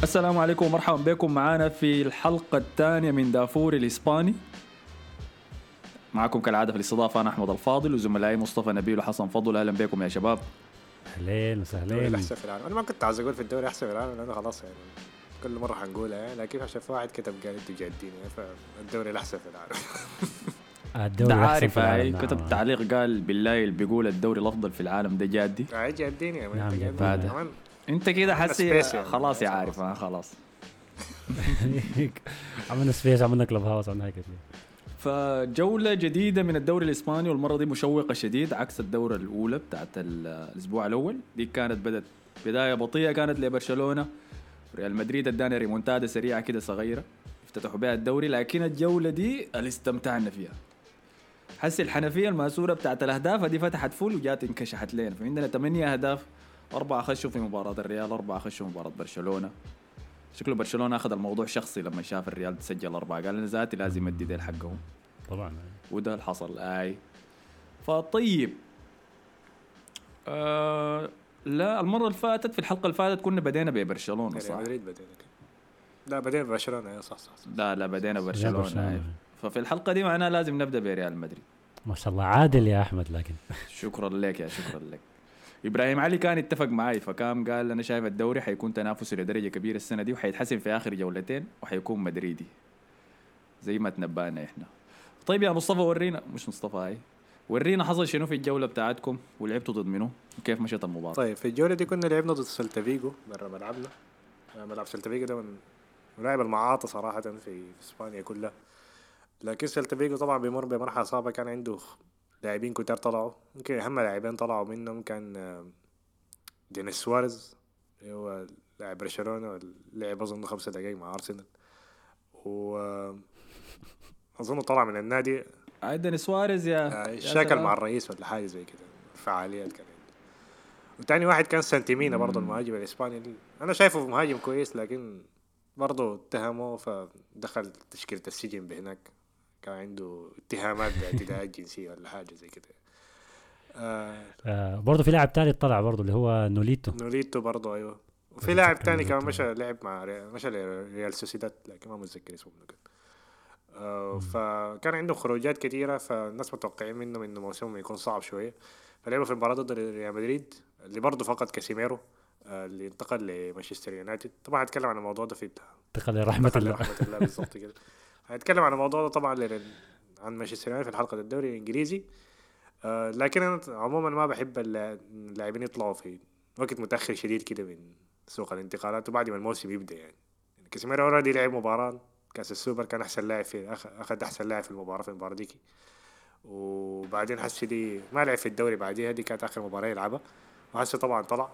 السلام عليكم ومرحبا بكم معنا في الحلقة الثانية من دافور الإسباني. معكم كالعادة في الاستضافة أنا أحمد الفاضل وزملائي مصطفى نبيل وحسن فضل. أهلا بكم يا شباب. أهلين وسهلين. أحسن في العالم. أنا ما كنت عايز أقول في الدوري أحسن في العالم لأنه خلاص يعني كل مرة حنقولها يعني، لكن عشان في واحد كتب قال أنتوا جادين يعني، فالدوري الأحسن في العالم. الدوري ده الأحسن عارف في العالم. كتب نعم. تعليق قال بالله اللي بيقول الدوري الأفضل في العالم ده جادي. جادين يعني. نعم، أنت جادين. كمان أنت كده حسي سبيس يعني. خلاص يا عارف خلاص. عملنا سبيس، عملنا كلوب هاوس، عملنا هيك كثير. فجولة جديدة من الدوري الإسباني، والمرة دي مشوقة شديد عكس الدورة الأولى بتاعت الأسبوع الأول. دي كانت بدت بداية بطيئة كانت لبرشلونة. ريال مدريد ادانا ريمونتادا سريعة كده صغيرة افتتحوا بها الدوري، لكن الجولة دي اللي استمتعنا فيها. حس الحنفية الماسورة بتاعت الأهداف دي فتحت فول وجات انكشحت لنا. فعندنا 8 أهداف، 4 خشوا في مباراة الريال، 4 خشوا في مباراة برشلونة. شكله برشلونة أخذ الموضوع شخصي لما شاف الريال تسجل 4، قال أنا ذاتي لازم أدي ديل حقهم. طبعا. وده اللي حصل. فطيب لا، المرة اللي فاتت في الحلقة اللي فاتت كنا بدينا ببرشلونة صح؟ مدريد بدينا كده. لا بدينا ببرشلونة صح. لا بدينا برشلونة. ففي الحلقة دي معناها لازم نبدأ بريال مدريد. ما شاء الله عادل يا أحمد. لكن شكرا لك. إبراهيم علي كان اتفق معي، فكان قال أنا شايف الدوري حيكون تنافسي لدرجة كبيرة السنة دي وحيتحسن في آخر جولتين وحيكون مدريدي زي ما تنبأنا إحنا. طيب يا مصطفى ورينا، مش مصطفى ورينا حصل شنو في الجولة بتاعتكم ولعبتوا ضد منو وكيف مشيت المباراة. طيب في الجولة دي كنا لعبنا ضد سيلتا فيجو برا ملعبنا. ملعب سيلتا فيجو ده من ملاعب المعاطة صراحة في إسبانيا كلها. لكن سيلتا فيجو طبعا بيمر بمرحلة صعبة، كان عنده لاعبين كتار طلعوا. يمكن أهم لاعبين طلعوا منهم كان دينيس سواريز اللي هو لاعب برشلونة، لعب أظن 5 دقايق مع أرسنال، وأظن طلع من النادي. دينيس سواريز يا شاكل مع الرئيس ولا حاجة زي كده، فعاليات كان. وتاني واحد كان سانتيمينا برضه المهاجم الإسباني. أنا شايفه مهاجم كويس لكن برضه اتهمه فدخل تشكيلة السجن بهناك، كان عنده اتهامات باعتداءات جنسية ولا حاجة زي كده. برضو في لاعب تاني طلع برضو اللي هو نوليتو برضو. ايوه. وفي لاعب تاني كمان مشى لعب مع ريال سوسيداد لكن ما متذكر اسمه منه. فكان عنده خروجات كثيرة، فالناس متوقعين منه انه موسمه يكون صعب شوية. فلعبوا في المباراة ضد ريال مدريد اللي برضو فقد كاسيميرو اللي انتقل لمانشستر يونايتد. طبعا هتكلم عن الموضوع ده في انتقل لرحمة الله بالضبط كده. هنتكلم عن الموضوع ده طبعا عن مانشستر يونايتد في حلقة الدوري الإنجليزي. لكن أنا عموما ما بحب اللاعبين يطلعوا في وقت متأخر شديد كده من سوق الانتقالات وبعد ما الموسم يبدأ. يعني كاسيميرو اوريدي لعب مباراة كأس السوبر، كان أحسن لاعب أخذ أحسن لاعب في المباراة ديكي، وبعدين حسي دي ما لعب في الدوري بعديها، دي كانت آخر مباراة يلعبها، وحسي طبعا طلع.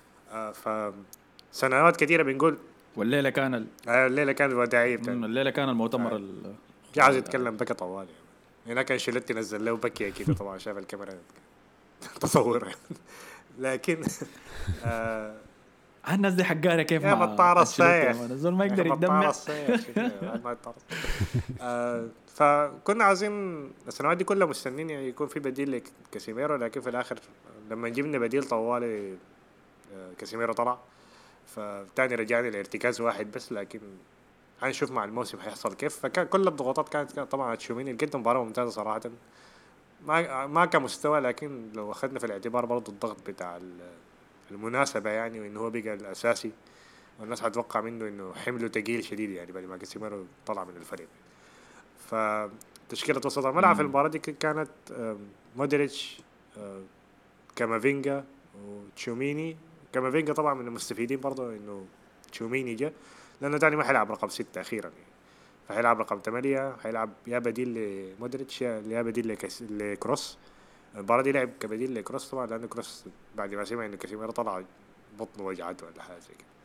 فسنوات كثيرة بنقول والليلة كان الليلة كانت وداعية الليلة كان المؤتمر عايز يتكلم بكى طوال يعني. هناك انشيلوتي نزل له بكي كده طبعا شاف الكاميرا تصور. لكن الناس دي حقارة كيف يا بطارة الصيح نزول ما يقدر يدمع. فكنا عايزين السنوات دي كلها مستنين يعني يكون في بديل لكاسيميرو، لكن في الآخر لما جبنا بديل طوالي كاسيميرو طلع، فتاني رجعنا لارتكاز واحد بس. لكن هنشوف مع الموسم هيحصل كيف. فكان كل الضغوطات كانت طبعا تشوميني قدم مباراة ممتازة صراحة، ما كمستوى، لكن لو أخذنا في الاعتبار برضو الضغط بتاع المناسبة يعني، وإنه هو بقى الأساسي والناس هتوقع منه إنه حمله تقيل شديد يعني بعد ما كاسيميرو طلع من الفريق. فتشكيلة وسط الملعب في المباراة دي كانت مودريتش، كامافينجا وتشوميني. كامافينجا طبعا من المستفيدين برضو إنه تشوميني جاء، لأنه تاني ما حيلعب رقم 6 أخيرا يعني. فحيلعب رقم 8، حيلعب يا بديل لمودريتش يا بديل لكروس. المباراة دي لعب كبديل لكروس طبعا، لأنه كروس بعد ما سمع إنه كاسيميرو طلع بطنه وجعته ولا حاجة زي كده.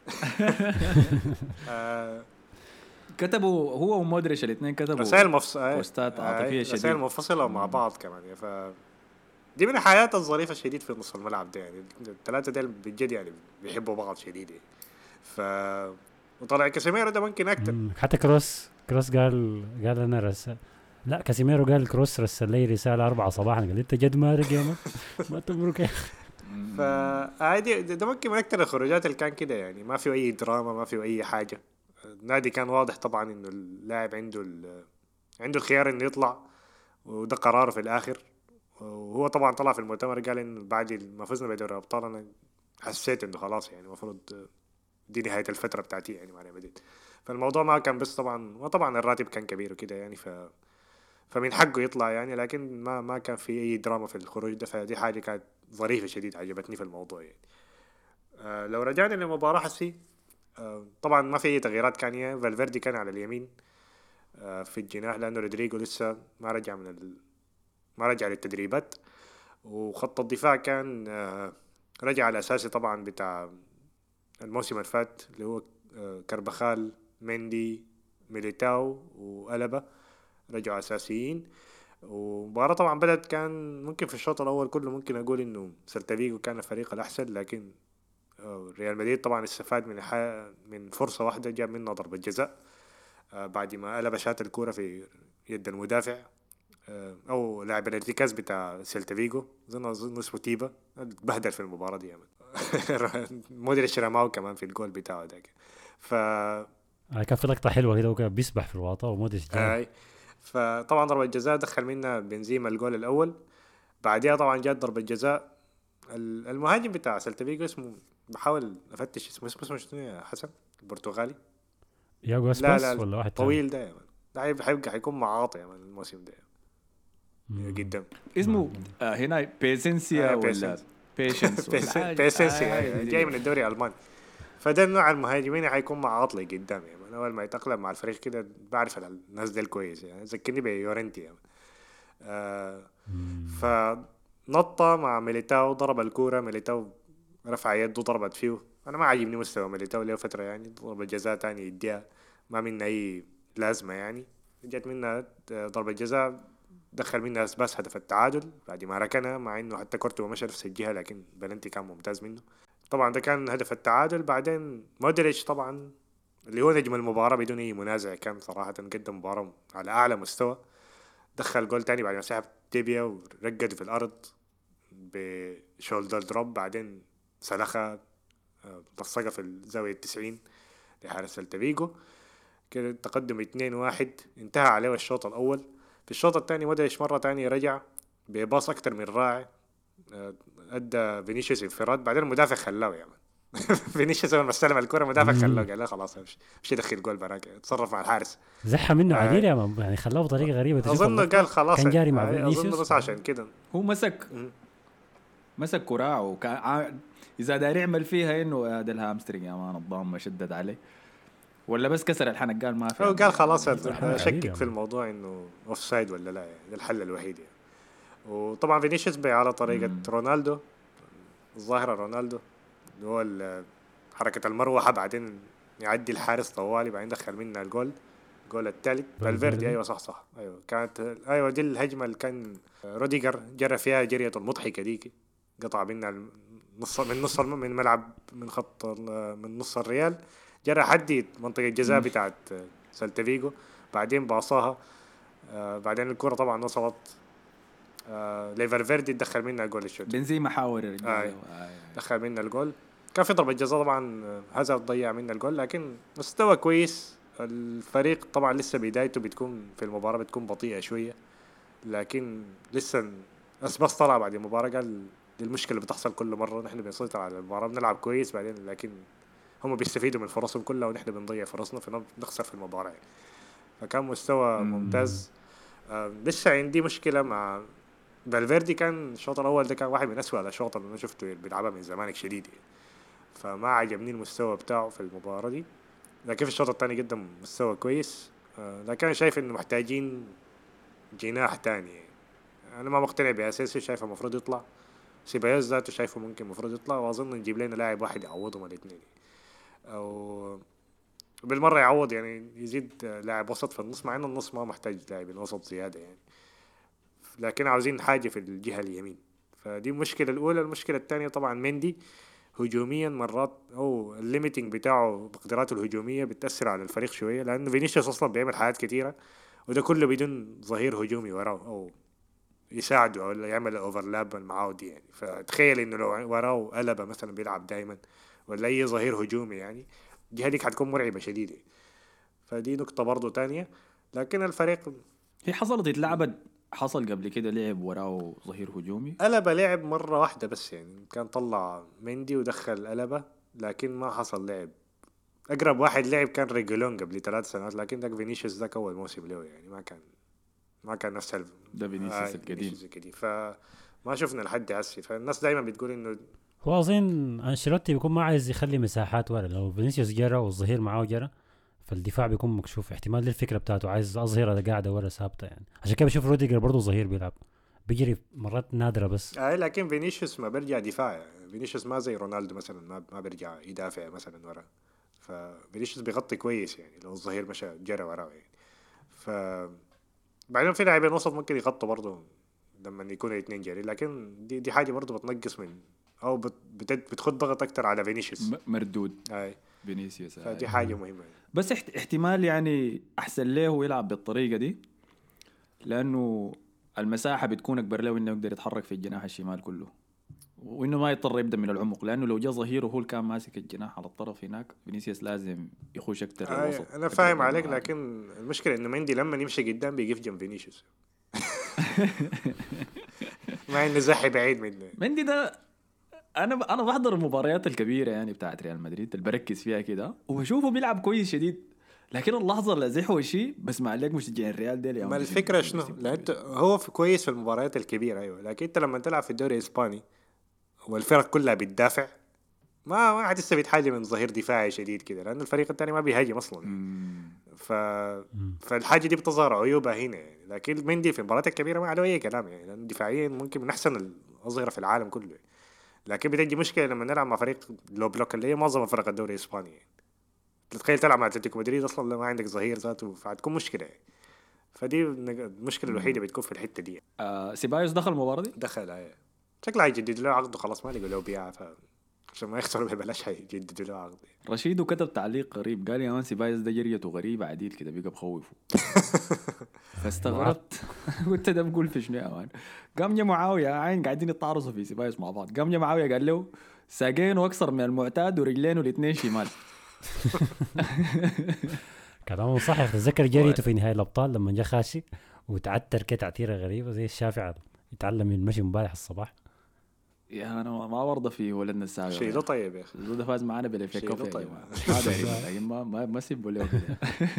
كتبوا هو ومودريتش الاثنين كتبوا بوستات عاطفية شديد، رسائل منفصلة مع بعض كمان يعني. دي من الحياة الظريفة الشديد في نص الملعب ده يعني. الثلاثة ديل بجد يعني بيحبوا بعض شديد يعني. وطلع كاسيميرو ده ممكن أكتر. حتى كروس قال أنا رسال. لا كاسيميرو قال كروس رسل لي رسالة 4 صباحا، قال انت جد مارق يا ما تمرك يا فعادي ده ممكن من اكتر الخروجات اللي كان كده يعني، ما في اي دراما، ما في اي حاجه. النادي كان واضح طبعا انه اللاعب عنده الخيار انه يطلع، وده قراره في الاخر. وهو طبعا طلع في المؤتمر قال انه بعد ما فزنا بدوري الابطال انا حسيت انه خلاص يعني المفروض دي نهايه الفتره بتاعتي يعني مع ريال مدريد. فالموضوع ما كان بس طبعا، وطبعا الراتب كان كبير وكده يعني، فمن حقه يطلع يعني، لكن ما كان في اي دراما في الخروج ده، فدي حاجه كانت ظريفه شديد عجبتني في الموضوع يعني. لو رجعنا للمباراه حسي، طبعا ما في اي تغييرات كانيه. فالفيردي كان على اليمين في الجناح، لانه رودريجو لسه ما رجع للتدريبات. وخط الدفاع كان رجع الاساسي طبعا بتاع الموسم اللي فات، اللي هو كربخال، مندي، ميليتاو وألبا، رجعوا أساسيين. ومباراة طبعا بدأت، كان ممكن في الشوط الأول كله ممكن أقول إنه سيلتا فيجو كان الفريق الأحسن، لكن ريال مدريد طبعا استفاد من فرصة واحدة جاب منها ضربة جزاء بعد ما ألبا شات الكورة في يد المدافع أو لاعب الارتكاز بتاع سيلتا فيجو، أظن اسمه تيبا، بهدل في المباراة دي يعني. مودريتش رماه كمان في الجول بتاعه ده. ف كان في لقطة حلوة كده وكان بيسبح في الواطة ومودريتش جاب. فطبعا ضربة جزاء دخل منها بنزيما الجول الأول. بعدها طبعا جات ضربة جزاء المهاجم بتاع سيلتا فيجو اسمه، بحاول أفتش اسمه شنو يا حسن، البرتغالي. ياغو اسباس ولا واحد تاني؟ طويل ده يا من، ده حيكون معاطي يا من الموسم ده قدام. اسمه هنا بيسنسيا ولا بيشنس بيسنسيا، جاي من الدوري الألماني. فده النوع المهاجمين حيكون معاطلي قدام يعني، اول ما يتأقلم مع الفريق كده بعرف الناس دي الكويس يعني، ذكرني بيورنتي يعني. فنطة مع ميليتاو، ضرب الكورة، ميليتاو رفع يده ضربت فيه. انا ما عجبني مستوى ميليتاو له فترة يعني، ضربة جزاء تاني يديها ما منها اي لازمة يعني. جت منها ضربة جزاء دخل منها بس هدف التعادل بعد ما ركنها، مع انه حتى كورتو مشى نفس الجهة، لكن بلنتي كان ممتاز منه. طبعا ده كان هدف التعادل. بعدين مودريتش طبعا اللي هو نجم المباراة بدون أي منازع، كان صراحة قدم مباراة على أعلى مستوى. دخل جول تاني بعد ما سحب تيبيا ورقده في الأرض بشولدر دروب، بعدين سلخها لصقها في الزاوية 90 لحارس سيلتا فيجو. كده تقدم 2-1، انتهى عليه الشوط الأول. في الشوط الثاني مودريتش مرة تانية رجع بباص أكتر من رائع، ادى فينيسيوس انفراد، بعدين المدافع خلاه يعني. فينيسيوس اول ما استلم الكره المدافع خلاه، قال لا خلاص مش يدخل جول براك، تصرف مع الحارس. زحها منه عديل يعني، خلاه بطريقه غريبه. اظن قال خلاص كان جاري مع فينيسيوس، اظن بس عشان كده هو مسك كراعه وكان اذا داير يعمل فيها انه هذا الهامسترينج يا مان الضامه شدد عليه، ولا بس كسر الحنك قال ما في. هو قال خلاص شكك في الموضوع انه اوف سايد ولا لا يعني، ده الحل الوحيد يعني. وطبعا فينيسيوس على طريقه رونالدو، الظاهره رونالدو اللي هو حركه المروحه، بعدين يعدي الحارس طوالي، بعدين دخل منها الجول الثالث. فالفيردي ايوه صح ايوه كانت ايوه دي الهجمه اللي كان روديجر جرى فيها جريه المضحكه ديك، قطع منها من ملعب من نص الريال، جرى حدي منطقه الجزاء بتاعت سيلتا فيجو، بعدين باصاها. بعدين الكره طبعا وصلت ليفرفيردي، دخل منها الجول الشوط. بنزيما حاول دخل منها الجول. كان في ضربة جزاء طبعا هازارد ضيع منها الجول، لكن مستوى كويس. الفريق طبعا لسه بدايته بتكون في المباراة بتكون بطيئة شوية، لكن لسه بس طلع بعد المباراة قال دي المشكلة اللي بتحصل كل مرة، نحن بنسيطر على المباراة بنلعب كويس بعدين، لكن هم بيستفيدوا من فرصهم كلها ونحن بنضيع فرصنا فنخسر في المباراة. فكان مستوى ممتاز. لسه عندي مشكلة مع فالفيردي، كان الشوط الأول ده كان واحد من أسوأ الأشواط اللي أنا شفته بيلعبها من زمانك شديد يعني. فما عجبني المستوى بتاعه في المباراة دي، لكن في الشوط الثاني قدم مستوى كويس. لكن شايف إنه محتاجين جناح تاني. أنا ما مقتنع بأساسي، شايفه المفروض يطلع. سيبايوس ذاته شايفه ممكن المفروض يطلع، وأظن نجيب لنا لاعب واحد يعوضهم الاثنين، أو بالمرة يعوض يعني، يزيد لاعب وسط في النص، مع إنه النص ما محتاج لاعب الوسط زيادة يعني، لكن عاوزين حاجة في الجهة اليمين. فدي المشكلة الأولى. المشكلة الثانية طبعا مندي هجوميا مرات او الليميتنج بتاعه بقدراته الهجوميه بتاثر على الفريق شويه، لانه فينيسيوس اصلا بيعمل حاجات كتيره، وده كله بدون ظهير هجومي وراه او يساعده ولا يعمل اوفرلاب معاه دي يعني. فتخيل انه لو وراه ألبا مثلا بيلعب دايما ولا اي ظهير هجومي يعني، دي هذيك حتكون مرعبة شديدة. فدي نقطة برضو تانية. لكن الفريق هي حصلت اتلعبت، حصل قبل كده لعب وراه ظهير هجومي. ألبا لعب مرة واحدة بس يعني، كان طلع مندي ودخل ألبا، لكن ما حصل لعب. أقرب واحد لعب كان ريجولون قبل 3 سنوات، لكن ده فينيسيوس ذاك أول موسم له يعني، ما كان نفس ده فينيسيوس القديم. فينيسيوس القديم. فما شفنا لحد هسي. فالناس دايما بتقول إنه هو أظن أنشيلوتي بيكون ما عايز يخلي مساحات ورا، لو فينيسيوس جرى والظهير معاه جرى فالدفاع بيكون مكشوف. احتمال دي الفكرة بتاعته، عايز أظهر قاعدة ورا ثابتة يعني. عشان كده بشوف روديجر برضه ظهير بيلعب، بيجري مرات نادرة بس. لكن فينيسيوس ما بيرجع دفاع يعني. فينيسيوس ما زي رونالدو مثلا، ما بيرجع يدافع مثلا ورا. ففينيسيوس بيغطي كويس يعني لو الظهير مشى جرى وراه يعني. ف بعدين في لاعبين وسط ممكن يغطوا برضه لما يكونوا الاثنين جاري، لكن دي حاجه برضه بتنقص من او بتخد ضغط اكتر على فينيسيوس. مردود اي فينيسيوس. فدي حاجه مهمه يعني. بس احتمال يعني احسن له هو يلعب بالطريقه دي، لانه المساحه بتكون اكبر له انه يقدر يتحرك في الجناح الشمال كله، وانه ما يضطر يبدا من العمق. لانه لو جاء ظهير وهو اللي كان ماسك الجناح على الطرف هناك، فينيسيوس لازم يخش اكتر للوسط. انا فاهم عليك، لكن المشكله انه مندي لما يمشي قدام بيقف جنب فينيسيوس. مع انه زحي بعيد منه. مندي ده انا بحضر المباريات الكبيره يعني بتاعت ريال مدريد اللي بركز فيها كده، وبشوفه بيلعب كويس شديد، لكن اللحظه اللي زحوا شيء بس مع عليك مشجعين الريال ديل. ما الفكره شنو؟ لأن هو كويس في المباريات الكبيره ايوه، لكن انت لما تلعب في الدوري الاسباني والفرق كلها بتدافع، ما حتستفيد بيتحاجه من ظهير دفاعي شديد كده، لانه الفريق الثاني ما بيهاجم اصلا. ف... فالحاجه دي بتظهر عيوبها هنا يعني. لكن مندي في المباريات الكبيره ما عليه اي كلام يعني، لانه دفاعيا ممكن من احسن الاظهره في العالم كله. لكن بتجي مشكله لما نلعب مع فريق لو بلوك اللي هي معظم فرق الدوري الاسباني يعني. تخيل تلعب مع اتلتيكو مدريد اصلا ما عندك ظهير ذاته، فهتكون مشكله يعني. فدي المشكله الوحيده بتكون في الحته دي. سيبايوس دخل المباراه دي، دخل شكله هيجدد له عقده خلاص، ما لقوا له بيعه، عشان ما يخسروا ببلاش هيجددوا له عقده. رشيدو كتب تعليق غريب، قال يا مان سيبايوس ده جريته غريبه عديل كده بيبقى بخوفه. فاستغربت قلت ده بقول في شنو يا مان. قام جا معاويه عين قاعدين يتعرضوا في سيبايوس مع بعض، قام جا معاويه قال له ساقينه اكثر من المعتاد ورجلينه الاثنين شمال. كلامه صح. تتذكر جريته في نهاية الأبطال لما جا خاشي وتعتر كده تعتيرة غريبة زي الشافعي يتعلم المشي امبارح الصباح. يا انا ما برضه في ولدنا الساعه شيء له طيب يا اخي، ده فاز معانا بالافي كاب طيب. ما داري لكن ما سيبوا له كده.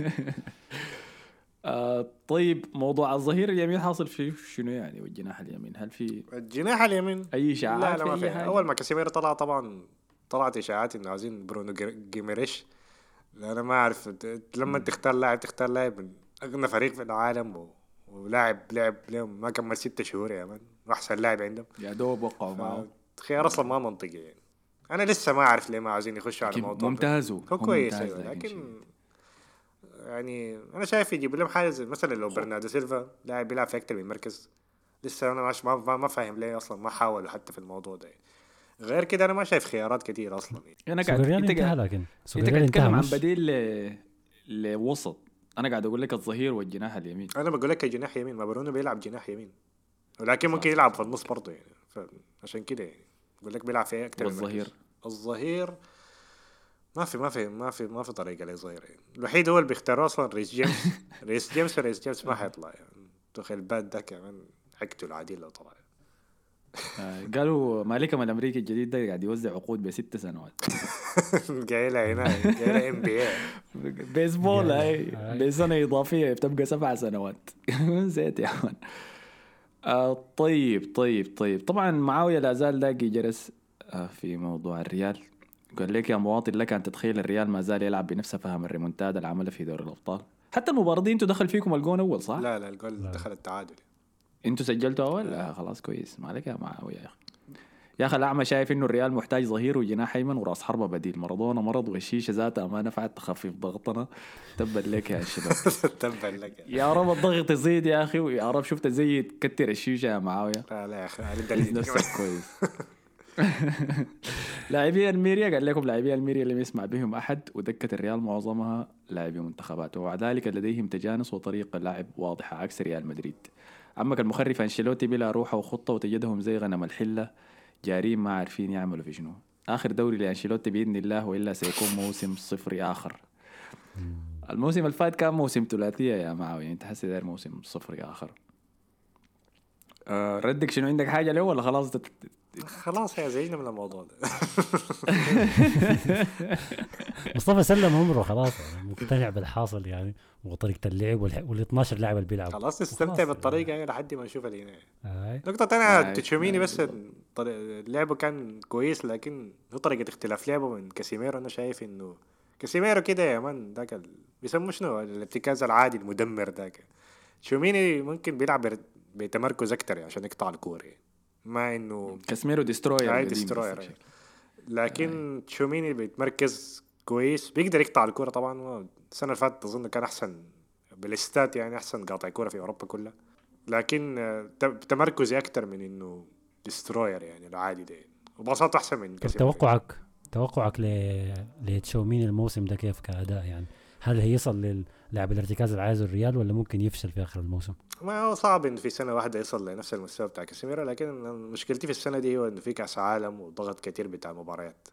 طيب موضوع الظهير اليمين حاصل فيه شنو يعني، والجناح اليمين هل في الجناح اليمين اي اشاعات؟ لا ما في حاجة. اول ما كاسيميرو طلع طبعا طلعت اشاعات انه عايزين برونو جيميريش. انا ما اعرف لما تختار لاعب من اغنى فريق في العالم ولاعب لعب لهم ما كمل 6 شهور يا مان، واحسن لاعب عندهم يا دوب وقعوا معه. خيار اصلا ما منطقي يعني. انا لسه ما اعرف ليه ما عايزين يخشوا على الموضوع. ممتاز هو كويس أيوة. لكن يعني انا شايف يجيب لهم حاجه زي مثلا لو برناردو سيلفا لاعب بيلعب في اكتر من مركز. لسه انا ما فاهم ليه اصلا ما حاولوا حتى في الموضوع ده. غير كده انا ما شايف خيارات كتير اصلا يعني. انا قاعد انتهى، لكن انت قاعد تتكلم عن بديل لوسط. انا قاعد اقول لك الظهير والجناح اليمين. انا بقول لك جناح يمين، ما برونو بيلعب جناح يمين، ولكن ممكن يلعب في النص برضه يعني. فعشان كده يعني بقول لك بيلعب في اكتر من الظهير ما في طريقه للظهير يعني. الوحيد هو اللي بيختاروا اصلا ريس جيمس ما حيطلع يعني. تخيل باد ده كمان حكته العادي لو طلع. قالوا مالكم الامريكي الجديد ده قاعد يوزع عقود ب6 سنوات. جاي له هنا جاي له NBA بيسبول هاي بسنه اضافيه بتبقى 7 سنوات. زيت يا مان. طيب طبعا معاويه لا زال لاقي جرس في موضوع الريال. قال لك يا مواطن لك ان تتخيل الريال ما زال يلعب بنفس فهم الريمونتادا اللي عملها في دوري الابطال. حتى المباراه دي انتوا دخل فيكم الجون اول صح؟ لا الجول دخل التعادل. انتوا سجلتوا اول؟ خلاص كويس ما عليك يا معاويه يا اخي الاعمى شايف انه الريال محتاج ظهير وجناح ايمن وراس حربه بديل. مارادونا مرض والشيشه ذاتها ما نفعت تخفف ضغطنا. تبا لك يا شباب. تبا لك يا رب الضغط يزيد يا اخي، ويا رب شفت زي تكتر الشيشه يا معاويه. لا يا اخي نفسك كويس. لاعبي الميريا قال لكم لاعبي الميريا اللي يسمع بهم احد، ودكه الريال معظمها لاعبي منتخبات، ومع ذلك لديهم تجانس وطريقه لعب واضحه عكس ريال مدريد. عمك المخرف أنشيلوتي بلا روحه وخطة وتجدهم زي غنم الحلة جارين ما عارفين يعملوا في شنو. آخر دوري لأنشيلوتي بإذن الله وإلا سيكون موسم صفري آخر. الموسم الفات كان موسم ثلاثية يا معاوي، يعني تحسي داير موسم صفري آخر. ردك شنو عندك حاجة له ولا خلاص خلاص يا زينا من الموضوع ده. مصطفى سلم عمره خلاص يعني مقتنع بالحاصل يعني وطريقة اللعب وال 12 لاعب اللي بيلعب خلاص تستمتع بالطريقة يعني لحد ما نشوف اللي هنا. نقطة تانية تشوميني بس لعبه كان كويس، لكن هو طريقة اختلاف لعبه من كاسيميرو. أنا شايف إنه كاسيميرو كده يا مان ذاك بيسموه شنو الارتكاز العادي المدمر ذاك. تشوميني ممكن بيلعب بتمركز أكتر يعني عشان يقطع الكورة يعني. ما إنه كاسيميرو ديستروير ديستروير لكن تشوميني بيتمركز كويس بيقدر يقطع الكورة. طبعا السنة اللي فاتت أظن كان أحسن بالاستات يعني أحسن قاطع كورة في أوروبا كلها، لكن تمركزي أكتر من إنه ديستروير يعني العادي ده، وبساطة أحسن من كاسيميرو. توقعك لتشوميني الموسم ده كيف كأداء يعني؟ هل هيصل للعب الارتكاز اللي عايزه الريال ولا ممكن يفشل في آخر الموسم؟ ما هو صعب إن في سنة واحدة يصل لنفس المستوى بتاع كاسيميرو، لكن مشكلتي في السنة دي هو إنه في كأس عالم وضغط كتير بتاع مباريات.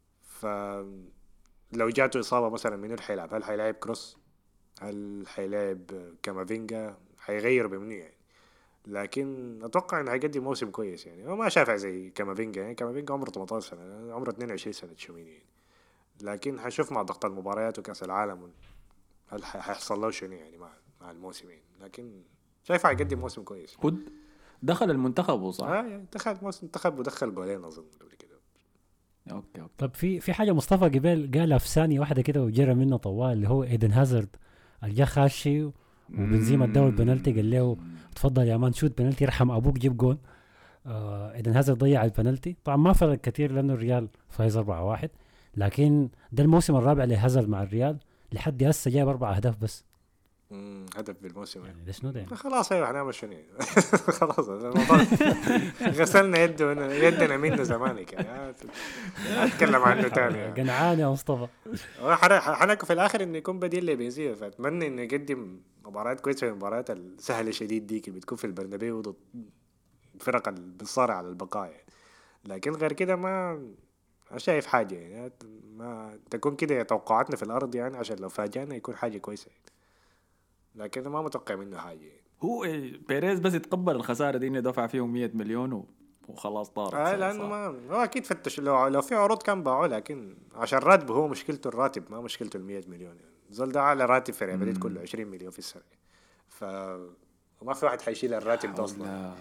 فلو جاته إصابة مثلا منو حيلعب؟ هل حيلعب كروس؟ هل حيلعب كامافينجا؟ حيغير بمني يعني. لكن أتوقع إنه هيقدم موسم كويس يعني. هو ما شافع زي كامافينجا يعني. كامافينجا عمره 18 سنة، عمره 22 سنة تشوميني يعني. لكن حنشوف مع ضغط المباريات وكأس العالم هل حيحصل له شنو يعني مع الموسمين. لكن شايف هيقدم موسم كويس. دخل المنتخب وصح؟ يعني دخل موسم منتخب ودخل جولين أظن قبل كده. أوكي. طب في حاجة مصطفى قبل قالها في ثانية واحدة كده وجرى منه طوال، اللي هو إيدن هازارد الجا خاشي وبنزيما اداه البنالتي قال له تفضل يا مان شوت بنالتي رحم ابوك جيب جون. اذا هازارد ضيع البنالتي طبعا ما فرق كثير لانه الريال فايز 4-1، لكن ده الموسم الرابع لهازارد مع الريال لحد هسه جايب 4 أهداف بس. هدف بالموسم يعني ده شنو ده يعني؟ خلاص ايوه هنعمل شنو خلاص الموضوع غسلنا يدنا منه زمانك يعني. اتكلم عنه تاني قنعان يا مصطفى. حنكو في الاخر انه يكون بديل لبنزيما، فاتمنى انه يقدم مباريات كويسه في المباريات السهله شديد ديك اللي بتكون في البرنابيو ضد فرق بتصارع على البقاء يعني. لكن غير كده ما شايف حاجه يعني. ما تكون كده توقعاتنا في الارض يعني عشان لو فاجأنا يكون حاجه كويسه يعني. لكن ما متوقع منه حاجه يعني. هو بيريز بس يتقبل الخساره دي انه دفع فيهم 100 مليون وخلاص طارت. لانه ما هو اكيد فتش لو في عروض كان باعوا، لكن عشان راتبه هو مشكلته الراتب ما مشكلته ال 100 مليون يعني. زول ده على راتب في ريال مدريد كله 20 مليون في السنه، وما في واحد حيشيل الراتب ده اصلا.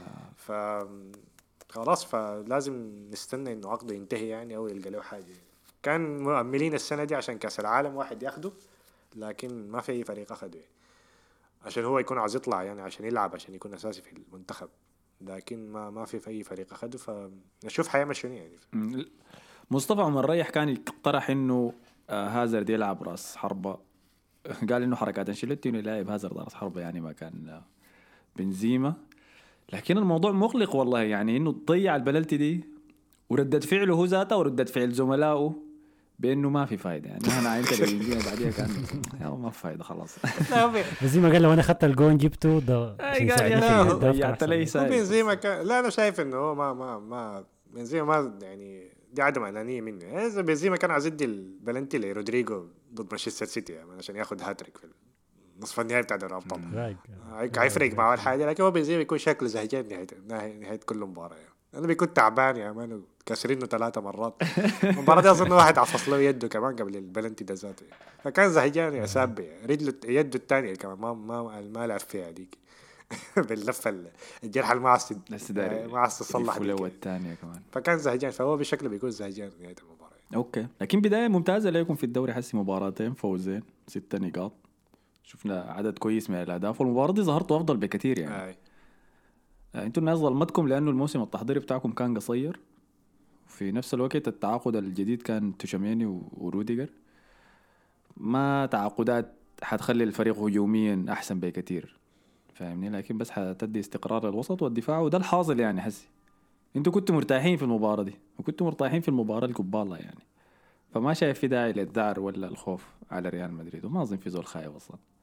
خلاص فلازم نستنى انه عقده ينتهي يعني او يلقى له حاجه. كان مؤملين السنه دي عشان كاس العالم واحد ياخده، لكن ما في اي فريق اخده يعني. عشان هو يكون عايز يطلع يعني عشان يلعب عشان يكون اساسي في المنتخب، لكن ما في اي فريق اخده. فنشوف حيعمل شنو يعني. مصطفى عمر ريح كان يقترح انه هازارد يلعب راس حربة. قال انه حركات انشيلوتي انه يلعب هازارد راس حربة يعني ما كان بنزيما. لكن الموضوع مقلق والله يعني انه تضيع البلالتي دي وردت فعله هو ذاته وردت فعل زملائه بانه ما في فايده يعني. انا عينت بنزيما بعديها كان ما في فايده خلاص. بنزيما قال لو انا اخذت الجون جبته ده ضيعت لي بنزيما لا انا شايف انه هو ما بنزيما ما يعني دي عدم انانيه منه. اذا بنزيما كان عايز يدي البلنتي لرودريجو ضد مانشستر سيتي يعني عشان ياخذ هاتريك في نصف النهائي بتاع دوري الابطال هيفرق معه الحاجه. لكن هو بنزيما يكون شكله زهجان نهايه كل مباراه يعني. انا بيكون تعبان يا مان كسرينه 3 مرات. المباراه دي اظن واحد عصص له يده كمان قبل البلنتي ده ذاته يعني. فكان زهجان يا سابي رجله يده الثانيه كمان ما لعب فيها ديك باللفه الجرح المعصي صلح له الثانيه كمان. فكان زهجان، فهو بشكله بيكون زهجان نهايه المباراه. اوكي لكن بدايه ممتازه ليكم في الدوري. حسي مباراتين فوزين 6 نقاط، شفنا عدد كويس من الاهداف والمباراه دي ظهرتوا افضل بكثير يعني. انتوا الناس ظلمتكم لانه الموسم التحضيري بتاعكم كان قصير، في نفس الوقت التعاقد الجديد كان توشاميني وروديجر، ما تعاقدات حتخلي الفريق هجوميا احسن بكثير فاهمني، لكن بس حتدي استقرار للوسط والدفاع وده الحاصل يعني. حسي انتوا كنتوا مرتاحين في المباراه دي وكنتوا مرتاحين في المباراه الكبالة يعني، فما شايف في داعي للذعر ولا الخوف على ريال مدريد، وما اظن في زول خايف اصلا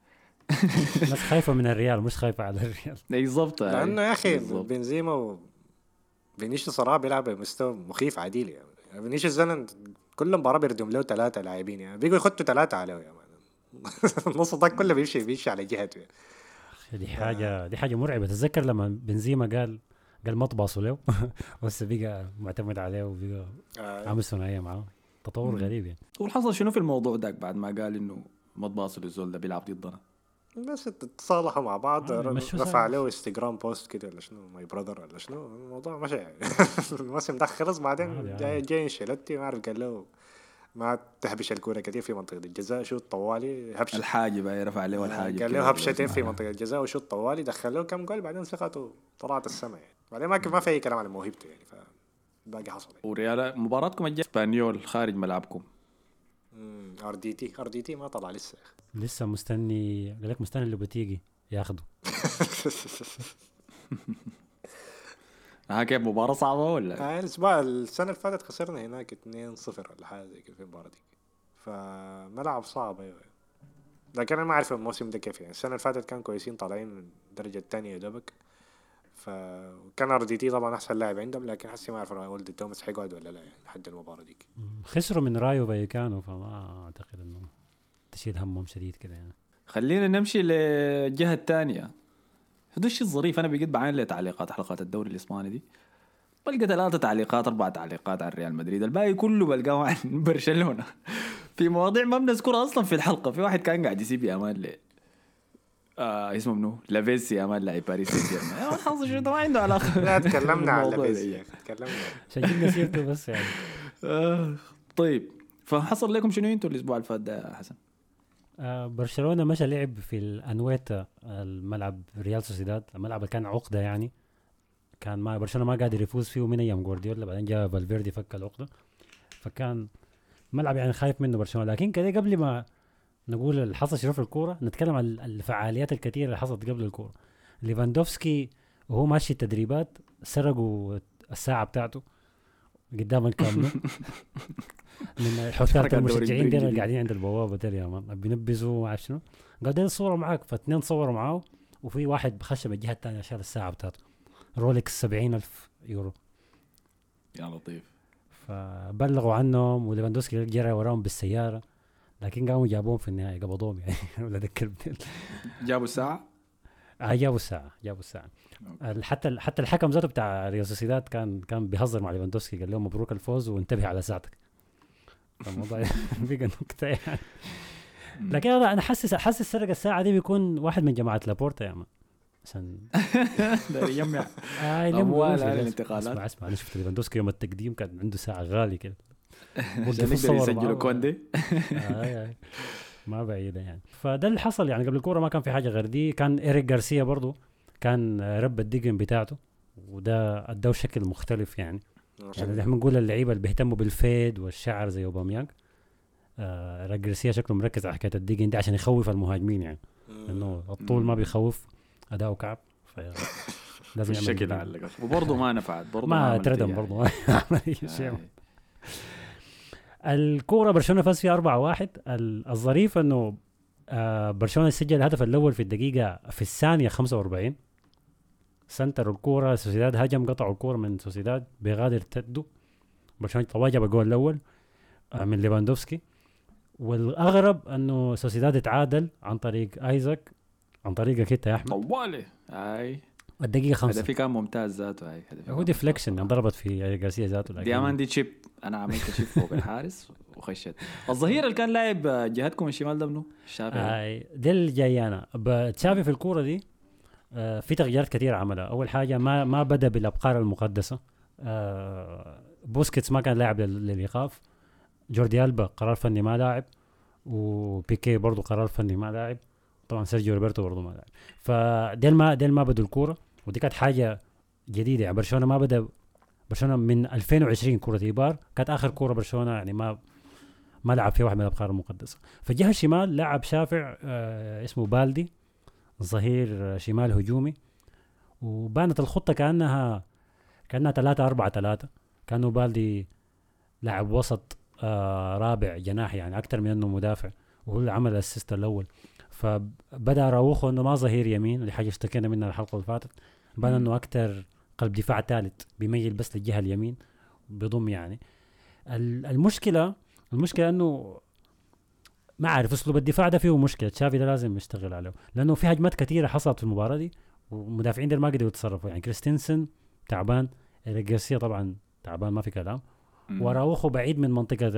الناس خايفه من الريال مش خايفه على الريال. بالضبط لانه يا اخي بالضبط. بنزيما وفينيسيوس صراحه بيلعب بمستوى مخيف عديل يعني. فينيسيوس زلن كل مباراه بيردم له 3 لاعبين يعني بيجوا يخطوا 3 عليه يا مان. النص ده كله بيمشي على جهته يعني. دي حاجه مرعبه. تتذكر لما بنزيما قال ما تباصوا له بس بقى معتمد عليه وبقى عامل ثنائيه معاه. تطور غريب يعني. والحصل شنو في الموضوع داك بعد ما قال انه ما تباصل الزول ده بيلعب ضدنا؟ بس تصالحوا مع بعض. مشوا رفع له انستغرام بوست كده ولا شنو ماي براذر ولا شنو الموضوع مشى يعني. الموسم ده خلص بعدين جاي انشيلوتي ما اعرف قال له ما تهبش الكوره كثير في منطقه الجزاء شوط طوالي هبش الحاجب رفع عليه الحاجب قال له هبشتين في منطقه الجزاء وشوط طوالي دخلوه كم جول بعدين ثقته طلعت السماء يعني. بعدين ما في اي كلام على موهبته يعني فباقي حصل يعني. وريال مباراتكم الجايه اسبانيول خارج ملعبكم. ار دي تي ما طلع لسه لسه مستني. قال لك مستني لوبيتيجي ياخده. كيف مباراة صعبة ولا؟ السنة اللي فاتت خسرنا هناك 2-0 ولا حاجة زي كده في المباراة دي. فملعب صعب ايوه. لكن انا ما اعرف الموسم ده كيف يعني. السنة اللي فاتت كان كويسين طالعين من الدرجة الثانية يا دوبك. فكان ار دي تي طبعا احسن لاعب عندهم لكن حسي ما اعرف ولد توماس حيقعد ولا لا يعني لحد المباراة دي. خسروا من رايو فايكانو فما اعتقد انه تشيل همهم شديد كده يعني. خلينا نمشي للجهة الثانية. هذا الشيء الظريف. أنا بقيت بعين لي تعليقات حلقات الدوري الإسباني دي بلقى 3 تعليقات 4 تعليقات عن ريال مدريد. الباقي كله بلقاه عن برشلونة في مواضيع ما بنذكرها أصلا في الحلقة. في واحد كان قاعد يسيب أمان لي اسمه منو لافيسي أمان لاعب باريس سان جيرمان. حظ شو ده ما عنده علاقة. لا تكلمنا عن لافيسي تكلمنا عشان جبنا سيرته بس يعني. طيب فحصل لكم شنو انتوا الأسبوع اللي فات ده يا حسن؟ برشلونة مشى لعب في الأنويتا الملعب ريال سوسيداد. الملعب كان عقدة يعني. كان ما برشلونة ما قادر يفوز فيه من أيام جوارديولا. بعدين جاء فالفيردي فك العقدة. فكان ملعب يعني خايف منه برشلونة. لكن كده قبل ما نقول اللي حصل شنو في الكورة نتكلم عن الفعاليات الكثيرة اللي حصلت قبل الكورة. ليفاندوفسكي وهو ماشي التدريبات سرقوا الساعة بتاعته قدام الكاميرا من حوثات المشجعين دول قاعدين عند البوابة دول يا مان بينبزوا ما عارف شنو. قاعدين يصوروا معاك فاثنين صوروا معاه وفي واحد خش من الجهة الثانية شال الساعة بتاعته رولكس 70,000 يورو. يا لطيف. فبلغوا عنهم وليفاندوسكي جرى وراهم بالسيارة لكن قاموا جابوهم في النهاية قبضوهم يعني. ولا ذكر جابوا الساعة. جابوا الساعة. حتى الحكم ذاته بتاع ريال سوسيداد كان بيهزر مع ليفاندوسكي قال له مبروك الفوز وانتبه على ساعتك. الموضوع بقى نكتة يعني. لكن انا حاسس سرق الساعة دي بيكون واحد من جماعة لابورتا يا مان عشان ده يجمع اموال على الانتقالات. اسمع انا شفت ليفاندوسكي يوم التقديم كان عنده ساعة غالية كده يقدر يسجلوا كوندي. ما بعيدة يعني. فده اللي حصل يعني. قبل الكورة ما كان في حاجة غير دي. كان إيريك غارسيا برضو كان رب الدقن بتاعته وده اداه شكل مختلف يعني. يعني احنا بنقول اللعيبه اللي بيهتموا بالفيد والشعر زي اوباميانغ. غارسيا شكله مركز على حكايه الدقن دي عشان يخوف المهاجمين يعني. لانه الطول ما بيخوف اداؤه كعب لازم الشكل علق وبرضه ما نفعت برضه ما تردم برضه ما عمل اي شيء. الكوره برشلونه فاز فيها 4-1. الظريف انه برشلونه سجل الهدف الاول في الدقيقه في الثانيه 45. سنتر الكوره سوسيداد هجم قطعوا الكوره من سوسيداد بغادر تدو. برشلونه تواجه بالجول الاول من ليفاندوفسكي. والاغرب انه سوسيداد تعادل عن طريق ايزاك عن طريقك انت يا احمد طوالي هاي الدقيقه 5. هذا في كان ممتاز ذاته. هاي هو ديفليكشن ضربت في غارسيا ذاته. دي امان دي تشيب. انا عملت تشيب فوق الحارس وخشت. الظهير اللي كان لاعب جهتكم الشمال ده منو؟ الشافعي. ده اللي جاي انا بتشافي في الكوره دي. في تغييرات كثير عملها. اول حاجه ما بدا بالابقار المقدسه. بوسكيتس ما كان لاعب للايقاف. جوردي ألبا قرار فني ما لاعب. وبيكي برضو قرار فني ما لاعب. طبعا سيرجيو روبرتو برضو ما لاعب. فديل ما بدوا الكوره ودي كانت حاجه جديده يعني. برشلونه ما بدا. برشلونه من 2020 كره ايبار كانت اخر كوره برشلونه يعني ما لعب فيها واحد من الابقار المقدسه. في الجهه الشمال لعب شافع اسمه بالدي ظهير شمال هجومي. وبانت الخطه كانها 3-4-3. كانوا بالدي لاعب وسط رابع جناح يعني اكثر من انه مدافع وهو اللي عمل الاسيست الاول. فبدا راوخو انه ما ظهير يمين، اللي حاجه اشتكينا منها الحلقه اللي فاتت. بان انه اكثر قلب دفاع ثالث بيميل بس للجهه اليمين بيضم يعني. المشكله انه ما عارف اسلوب الدفاع ده فيه مشكله، تشافي ده لازم يشتغل عليه، لانه في هجمات كثيره حصلت في المباراه دي والمدافعين دول ما قدروا يتصرفوا. يعني كريستنسن تعبان، إيريك طبعا تعبان ما في كلام، وراوخو بعيد من منطقه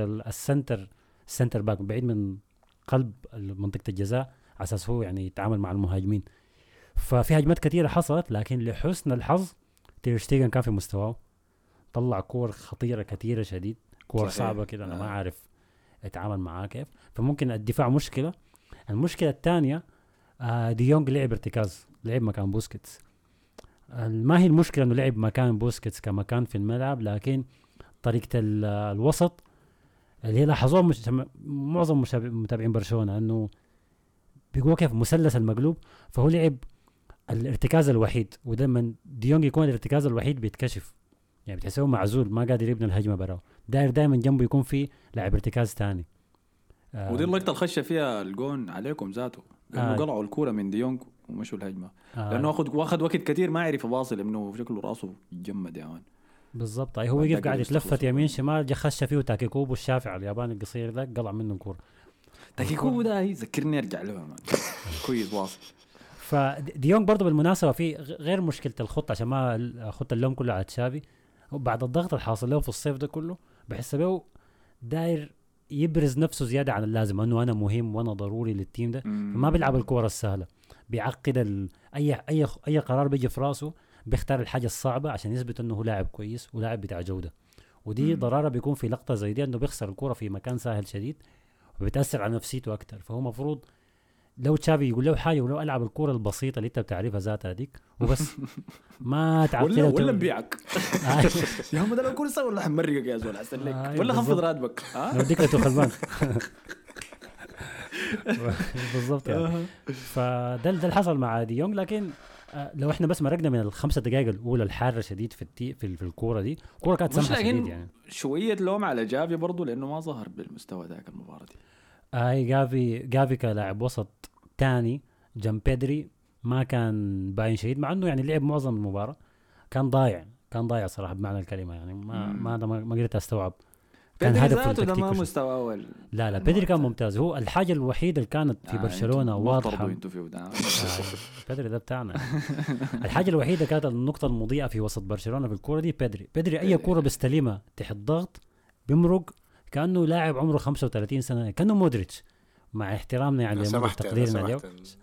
السنتر باك، بعيد من قلب منطقه الجزاء على اساس هو يعني يتعامل مع المهاجمين. ففي هجمات كثيره حصلت، لكن لحسن الحظ تير شتيجن كان في مستواه، طلع كور خطيره كثيره شديد، كور صعبه كده انا ما عارف اتعامل معاه كيف. فممكن الدفاع مشكله. المشكله الثانيه ديونج لعب ارتكاز، لعب مكان بوسكيتس. ما هي المشكله انه لعب مكان بوسكيتس كمكان في الملعب، لكن طريقه الوسط اللي هي لاحظوها معظم متابعين برشلونه، انه بيقولوا كيف مثلث المقلوب. فهو لعب الارتكاز الوحيد، ودائما ديونج يكون الارتكاز الوحيد بيتكشف، يعني بتحسه معزول ما قادر يبني الهجمه براه، داير دائما جنبه يكون في لاعب ارتكاز ثاني. ودي اللقطه الخشه فيها الجون عليكم ذاته، لانه قلعوا الكوره من ديونج ومشوا الهجمه، لانه واخد وقت كثير ما يعرف يواصل، انه شكله راسه يتجمد يعني. بالضبط، هو يقف قاعد يتلفت يمين شمال، جا خش فيه تاكيكوبو الشافع الياباني القصير ده قلع منه الكوره. تاكيكوبو ده يذكرني ارجع له كويس واصل. فديونج برضه بالمناسبه في غير مشكله الخط، عشان ما اخذت اللوم كله على تشافي، بعد الضغط الحاصل له في الصيف ده كله بحس به داير يبرز نفسه زياده عن اللازم، انه انا مهم وانا ضروري للتيم ده. فما بيلعب الكوره السهله، بيعقد اي قرار بيجي في راسه بيختار الحاجه الصعبه عشان يثبت انه هو لاعب كويس ولاعب بتاع جوده. ودي ضراره بيكون في لقطه زي دي، انه بيخسر الكوره في مكان سهل شديد وبتاثر على نفسيته اكثر. فهو مفروض لو تشافي يقول له حاجه، ولو العب الكوره البسيطه اللي انت بتعرفها ذاتها هذيك وبس، ما تعقدها ولا بيعك يا هم ده الكوره سوى ولا حمرقك يا زول احسن لك، ولا خفض راتبك لو ديك خلبان بالضبط يعني. فده اللي حصل مع ديونج. لكن لو احنا بس مرقنا من الخمسة دقائق الاولى الحاره شديد في الكوره دي، الكوره كانت سمحه شديد يعني. شويه لوم على جافي برضو لانه ما ظهر بالمستوى ذاك المباراه دي. جافي كلاعب وسط تاني جنب بيدري ما كان باين شديد، مع انه يعني لعب معظم المباراه. كان ضايع صراحه بمعنى الكلمه يعني. ما قدرت استوعب. كان هدف التكتيك ما مستوى اول. لا بيدري كان ممتاز. هو الحاجه الوحيده اللي كانت في برشلونه واضحه بيدري ده بتاعنا الحاجه الوحيده كانت النقطه المضيئه في وسط برشلونه في الكوره دي. بيدري اي كوره بيستلمها تحت ضغط بيمرق كانه لاعب عمره 35 سنه، كانه مودريتش، مع احترامنا يعني تقديرنا له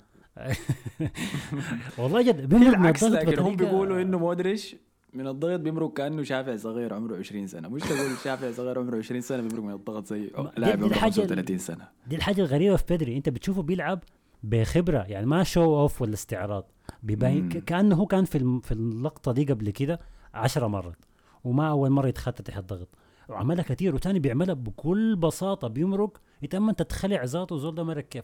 والله جد بيمرق من الضغط. لكن هم بيقولوا انه مودريتش من الضغط بيمرق كانه شافع صغير عمره 20 سنه، مش تقول شافع صغير عمره 20 سنه بيمرق من الضغط زي لاعب عمره 35 سنه. دي الحاجه الغريبه في بيدري، انت بتشوفه بيلعب بخبره يعني، ما شو اوف ولا استعراض، بيبين كانه هو كان في اللقطه دي قبل كده 10 مرات، وما اول مره يتخطى تحت الضغط، وعملها كتير. وتاني بيعملها بكل بساطه، بيمرق يتم انت تتخلع ذاته زول ده مرق كيف.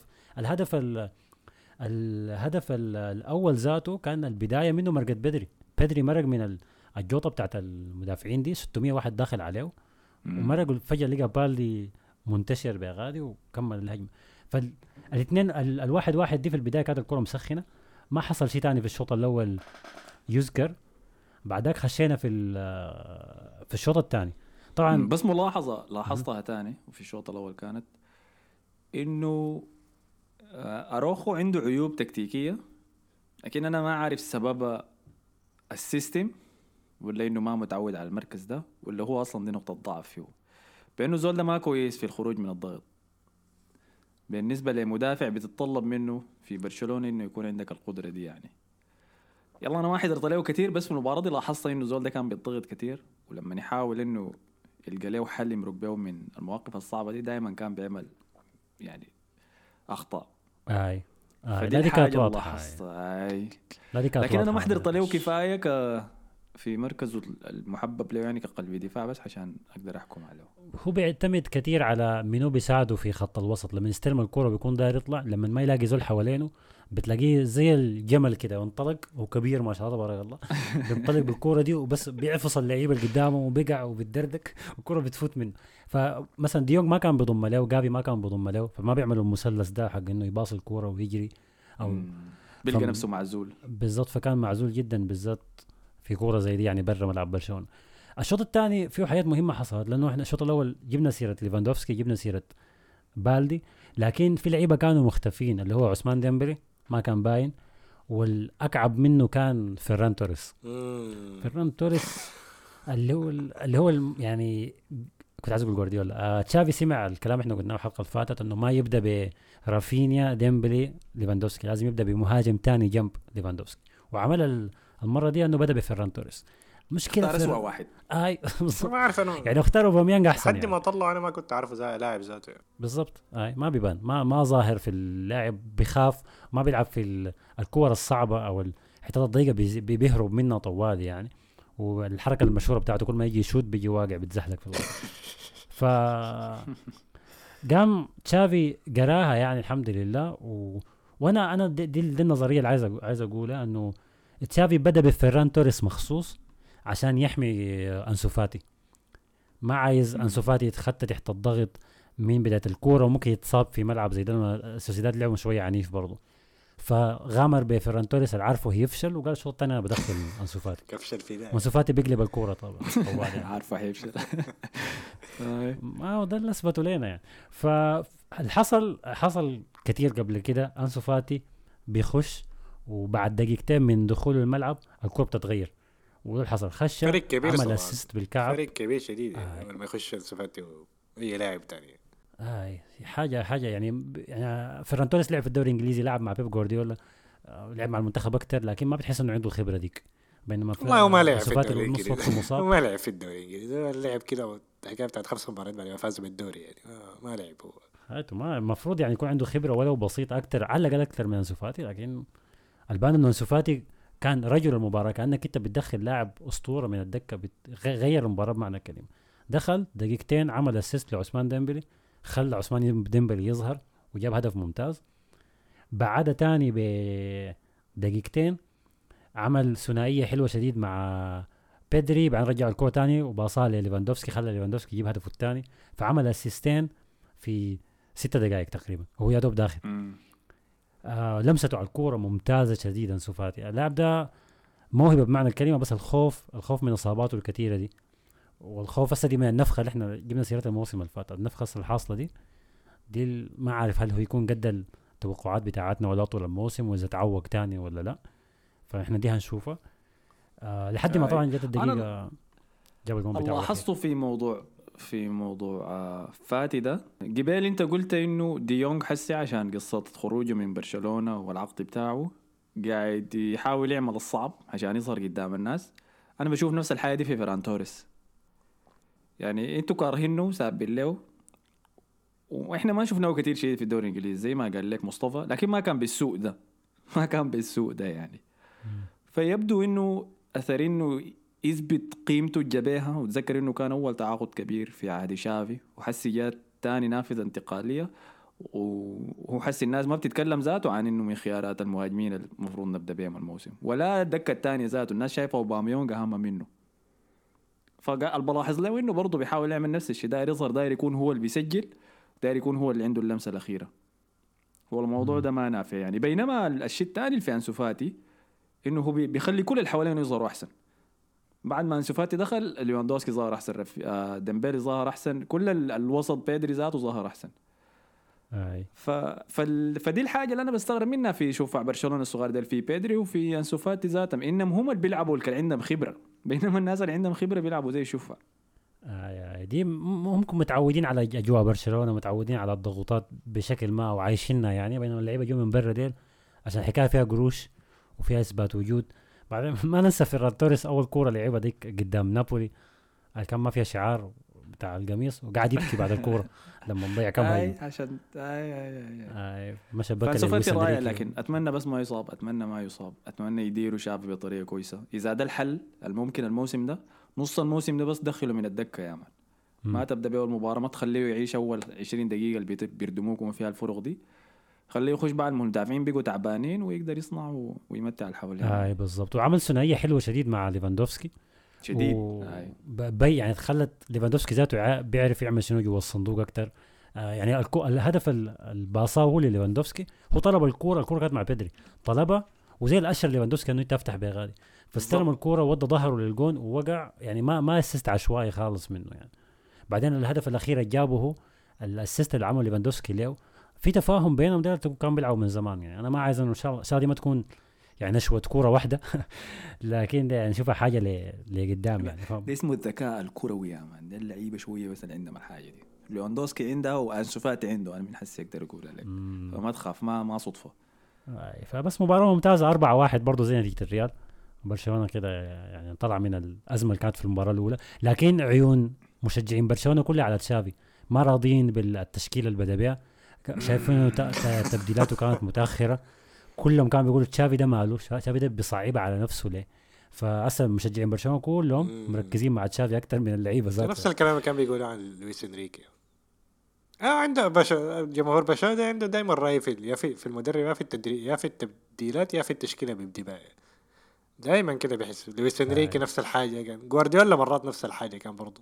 الهدف الاول ذاته كان البدايه منه مرقت بدري مرق من الجوطه بتاعت المدافعين دي، 600 واحد داخل عليه ومرق فجاه لقى بالي منتشر بغادي وكمل الهجمه. فالاثنين الواحد واحد دي في البدايه كانت الكره مسخنه، ما حصل شيء تاني في الشوط الاول يذكر. بعدك خشينا في الشوط الثاني طبعا. بس ملاحظه لاحظتها تاني وفي الشوط الاول كانت انه اروخو عنده عيوب تكتيكيه، لكن انا ما عارف سببها السيستم ولا انه ما متعود على المركز ده، ولا هو اصلا دي نقطه ضعف فيه، بانه زول ده ما كويس في الخروج من الضغط. بالنسبه لمدافع بتتطلب منه في برشلونه انه يكون عندك القدره دي يعني. يلا انا ما حضرت له كتير، بس في المباراه دي لاحظت انه زول ده كان بيضغط كتير، ولما يحاول انه يلقى له حل يمرق بيه من المواقف الصعبه دي دائما كان بيعمل يعني اخطاء. لا دي كانت واضحه لكن انا ما حضرت له كفايه في مركزه المحبب له يعني كقلبي دفاع بس عشان اقدر احكم عليه. هو بيعتمد كتير على منو بيساعده في خط الوسط. لما يستلم الكرة بيكون داير يطلع، لما ما يلاقي زول حوالينه بتلاقيه زي الجمل كده وانطلق، وكبير ما شاء الله تبارك الله بينطلق بالكرة دي وبس بيعفص اللعيبة اللي قدامه وبيقع وبيتدردك والكرة بتفوت منه. فمثلا ديونج ما كان بيضم له وجافي ما كان بيضم له، فما بيعملوا المثلث ده حق انه يباص الكرة ويجري او بيلقى نفسه معزول بالضبط. فكان معزول جدا بالذات في كورة زي دي يعني برا ملعب برشلونة. الشوط الثاني فيه حاجات مهمة حصلت، لأنه احنا الشوط الأول جبنا سيرة ليفاندوفسكي، جبنا سيرة بالدي، لكن في لعيبة كانوا مختفين، اللي هو عثمان ديمبلي ما كان باين، والأكعب منه كان فيران توريس. فيران توريس اللي هو يعني كنت عايز اقول جوارديولا. تشافي سمع الكلام احنا قلناه الحلقة اللي فاتت انه ما يبدا برافينيا ديمبلي ليفاندوفسكي، لازم يبدا بمهاجم تاني جنب ليفاندوفسكي، وعمل المرة دي انه بدا بفيران توريس. مشكلة اختار اسوأ واحد. ما عارف انا يعني اختاروا باميانج احسن حد يعني. ما طلعوا انا ما كنت عارفه زي لاعب ذاته يعني. بالضبط. ما بيبان، ما ظاهر في اللاعب، بيخاف، ما بيلعب في الكور الصعبة او الحتات الضيقة بيهرب منها طوال يعني. والحركة المشهورة بتاعته كل ما يجي يشوت بيجي واقع بيتزحلق في الارض. ف قام تشافي قراها يعني الحمد لله. وانا دي النظرية اللي عايز اقولها، انه تشافي بدا بفيران توريس مخصوص عشان يحمي أنسو فاتي. ما عايز أنسو فاتي يتخطى تحت الضغط من بداية الكورة وممكن يتصاب في ملعب زي ده. السوسيداد لعبوا شوية عنيف برضو، فغامر بفيران توريس اللي عارفه هيفشل وقال الشوط الثاني انا بدخل أنسو فاتي. كفشل في ده أنسو فاتي بيقلب الكورة طبعا عارفه هيفشل. ما هو ده اللي اثبته لنا يعني. حصل كتير قبل كده. أنسو فاتي بيخش وبعد دقيقتين من دخول الملعب الكورة بتتغير، وده حصل. خش فرق كبير، عمل اسيست بالكعب، فرق كبير شديد يعني لما يخش سفاتي واي لاعب ثاني. حاجه يعني فيران توريس لعب في الدوري الانجليزي، لعب مع بيب جوارديولا، لعب مع المنتخب اكتر، لكن ما بتحس انه عنده الخبره ديك. بينما والله ما لعب في الدوري الانجليزي، ما لعب في الدوري الانجليزي، لعب كده الحكايه بتاعت 5 مباريات بعد ما فاز بالدوري يعني. ما لعب هو. ما المفروض يعني يكون عنده خبره ولو بسيطه اكتر، على الاقل اكتر من أنسو فاتي. لكن البان انه أنسو فاتي كان رجل المباراة، كأنك انت بتدخل لاعب أسطورة من الدكة، غير المباراة بمعنى الكلمة. دخل دقيقتين عمل اسيست لعثمان ديمبلي، خلى عثمان ديمبلي يظهر وجاب هدف ممتاز. بعد تاني بدقيقتين عمل ثنائية حلوة شديد مع بيدري، بعدين رجع الكرة تاني وباصها لليفاندوفسكي، خلى ليفاندوفسكي يجيب هدفه الثاني. فعمل اسيستين في 6 دقائق تقريبا، وهو يا دوب داخل. لمسته على الكورة ممتازة شديدا. أنسو فاتي اللاعب ده موهبة بمعنى الكلمة، بس الخوف من إصاباته الكثيرة دي، والخوف هسه دي من النفخة اللي احنا جبنا سيرة الموسم اللي فات. النفخة الحاصلة دي ما عارف هل هو يكون قد التوقعات بتاعتنا ولا طول الموسم، وإذا تعوق تاني ولا لا. فإحنا دي هنشوفها لحد ما طبعا جت الدقيقة جاب الجون بتاعه. لاحظته في موضوع فاتي ده قبل انت قلت انه ديونج حسي عشان قصة خروجه من برشلونة والعقد بتاعه قاعد يحاول يعمل الصعب عشان يظهر قدام الناس. انا بشوف نفس الحاجة دي في فيران توريس. يعني انتوا كارهينه سابين له، واحنا ما شفناه كتير شيء في الدوري الانجليزي زي ما قال لك مصطفى، لكن ما كان بالسوء ده يعني. فيبدو انه اثر انه يثبت قيمته الجبهة، وتذكر انه كان اول تعاقد كبير في عهد شافي، وحسي جات تاني نافذة انتقالية، وحسي الناس ما بتتكلم ذاته عن انه من خيارات المهاجمين المفروض نبدا بهم الموسم، ولا الدكة التانية ذاته الناس شايفه اوباميونغ اهم منه. فقال بلاحظ له انه برضه بيحاول يعمل نفس الشيء، داير يظهر، داير يكون هو اللي بيسجل، داير يكون هو اللي عنده اللمسة الأخيرة. هو الموضوع ده ما نافع يعني. بينما الشيء الثاني اللي في أنسو فاتي انه هو بيخلي كل اللي حواليه يظهروا احسن. بعد ما أنسو فاتي دخل ليفاندوفسكي ظهر احسن، ديمبلي ظهر احسن، كل الوسط بيدري ذاته ظهر احسن. فدي الحاجه اللي انا بستغرب منها في شوفع برشلونه الصغار ده، في بيدري وفي أنسو فاتي ذاتهم، انهم هم اللي بيلعبوا اللي عندهم خبره، بينما الناس اللي عندهم خبره بيلعبوا زي شوفع. دي ممكن متعودين على اجواء برشلونه، متعودين على الضغوطات بشكل ما وعايشينها يعني. بينما اللعيبه جو من برا ديل عشان الحكايه فيها قروش وفيها اثبات وجود. بعدين ما ننسى فيران توريس اول كوره لعبها ديك قدام نابولي كان ما فيها شعار بتاع القميص وقاعد يبكي بعد الكوره لما نضيع كم هاي عشان مش بكى فلسفتي رائع، لكن اتمنى بس ما يصاب، اتمنى ما يصاب، اتمنى يديروا شافي بطريقه كويسه. اذا ده الحل الممكن الموسم ده، نص الموسم ده بس دخله من الدكه يا مان. ما تبدا به المباراه، ما تخليه يعيش اول 20 دقيقه اللي بيردموك وما فيها الفرق دي، خليه يخش بعد المدافعين بيقوا تعبانين ويقدر يصنع ويمتع الحول يعني. بالضبط. وعمل ثنائيه حلوه شديد مع ليفاندوفسكي شديد يعني خلت ليفاندوفسكي ذاته بيعرف يعمل شنو جوا الصندوق اكتر. يعني الهدف الباصا هو ليفاندوفسكي، هو طلب الكوره كانت مع بيدري، طلبها وزي الاشر ليفاندوفسكي انه تفتح بغالي، فاستلم الكوره وودى ظهره للجون ووقع، يعني ما اسست عشوائي خالص منه يعني. بعدين الهدف الاخير اللي جابه هو الاسيست اللي عمله ليفاندوفسكي له، في تفاهم بينهم، ده كان بيلعبوا من زمان يعني. انا ما عايز انه ان شاء الله دي ما تكون يعني نشوة كورة واحدة لكن ده نشوفها حاجة لقدام يعني. ده اسمه الذكاء الكروي يا مان. ده اللعيبة شوية بس اللي عندهم الحاجة دي. ليفاندوفسكي عنده وأنسو فاتي عنده، أنا من حسي أقدر أقول لك. فما تخاف، ما صدفة. فبس مباراة ممتازة 4-1 برضو زي نتيجة الريال. برشلونة كده يعني طلع من الأزمة اللي كانت في المباراة الأولى، لكن عيون مشجعين برشلونة كلها على تشافي، ما راضين بالتشكيلة اللي بدأ بها، شايفينه تبديلاته كانت متأخرة. كلهم كانوا بيقولوا تشافي ده ماله، تشافي ده بيصعبها على نفسه ليه. فاصلا مشجعين برشلونه كلهم مركزين مع تشافي اكثر من اللعيبه ذاتها. نفس الكلام اللي كان بيقولوا عن لويس انريكي. عنده جمهور برشلونه عنده دائما راي في المدرب، يا في التدريب، يا في التبديلات، يا في التشكيله بيبدأ دائما كده بيحس. لويس انريكي نفس الحاجه، كان جوارديولا مرات نفس الحاجه كان برضه.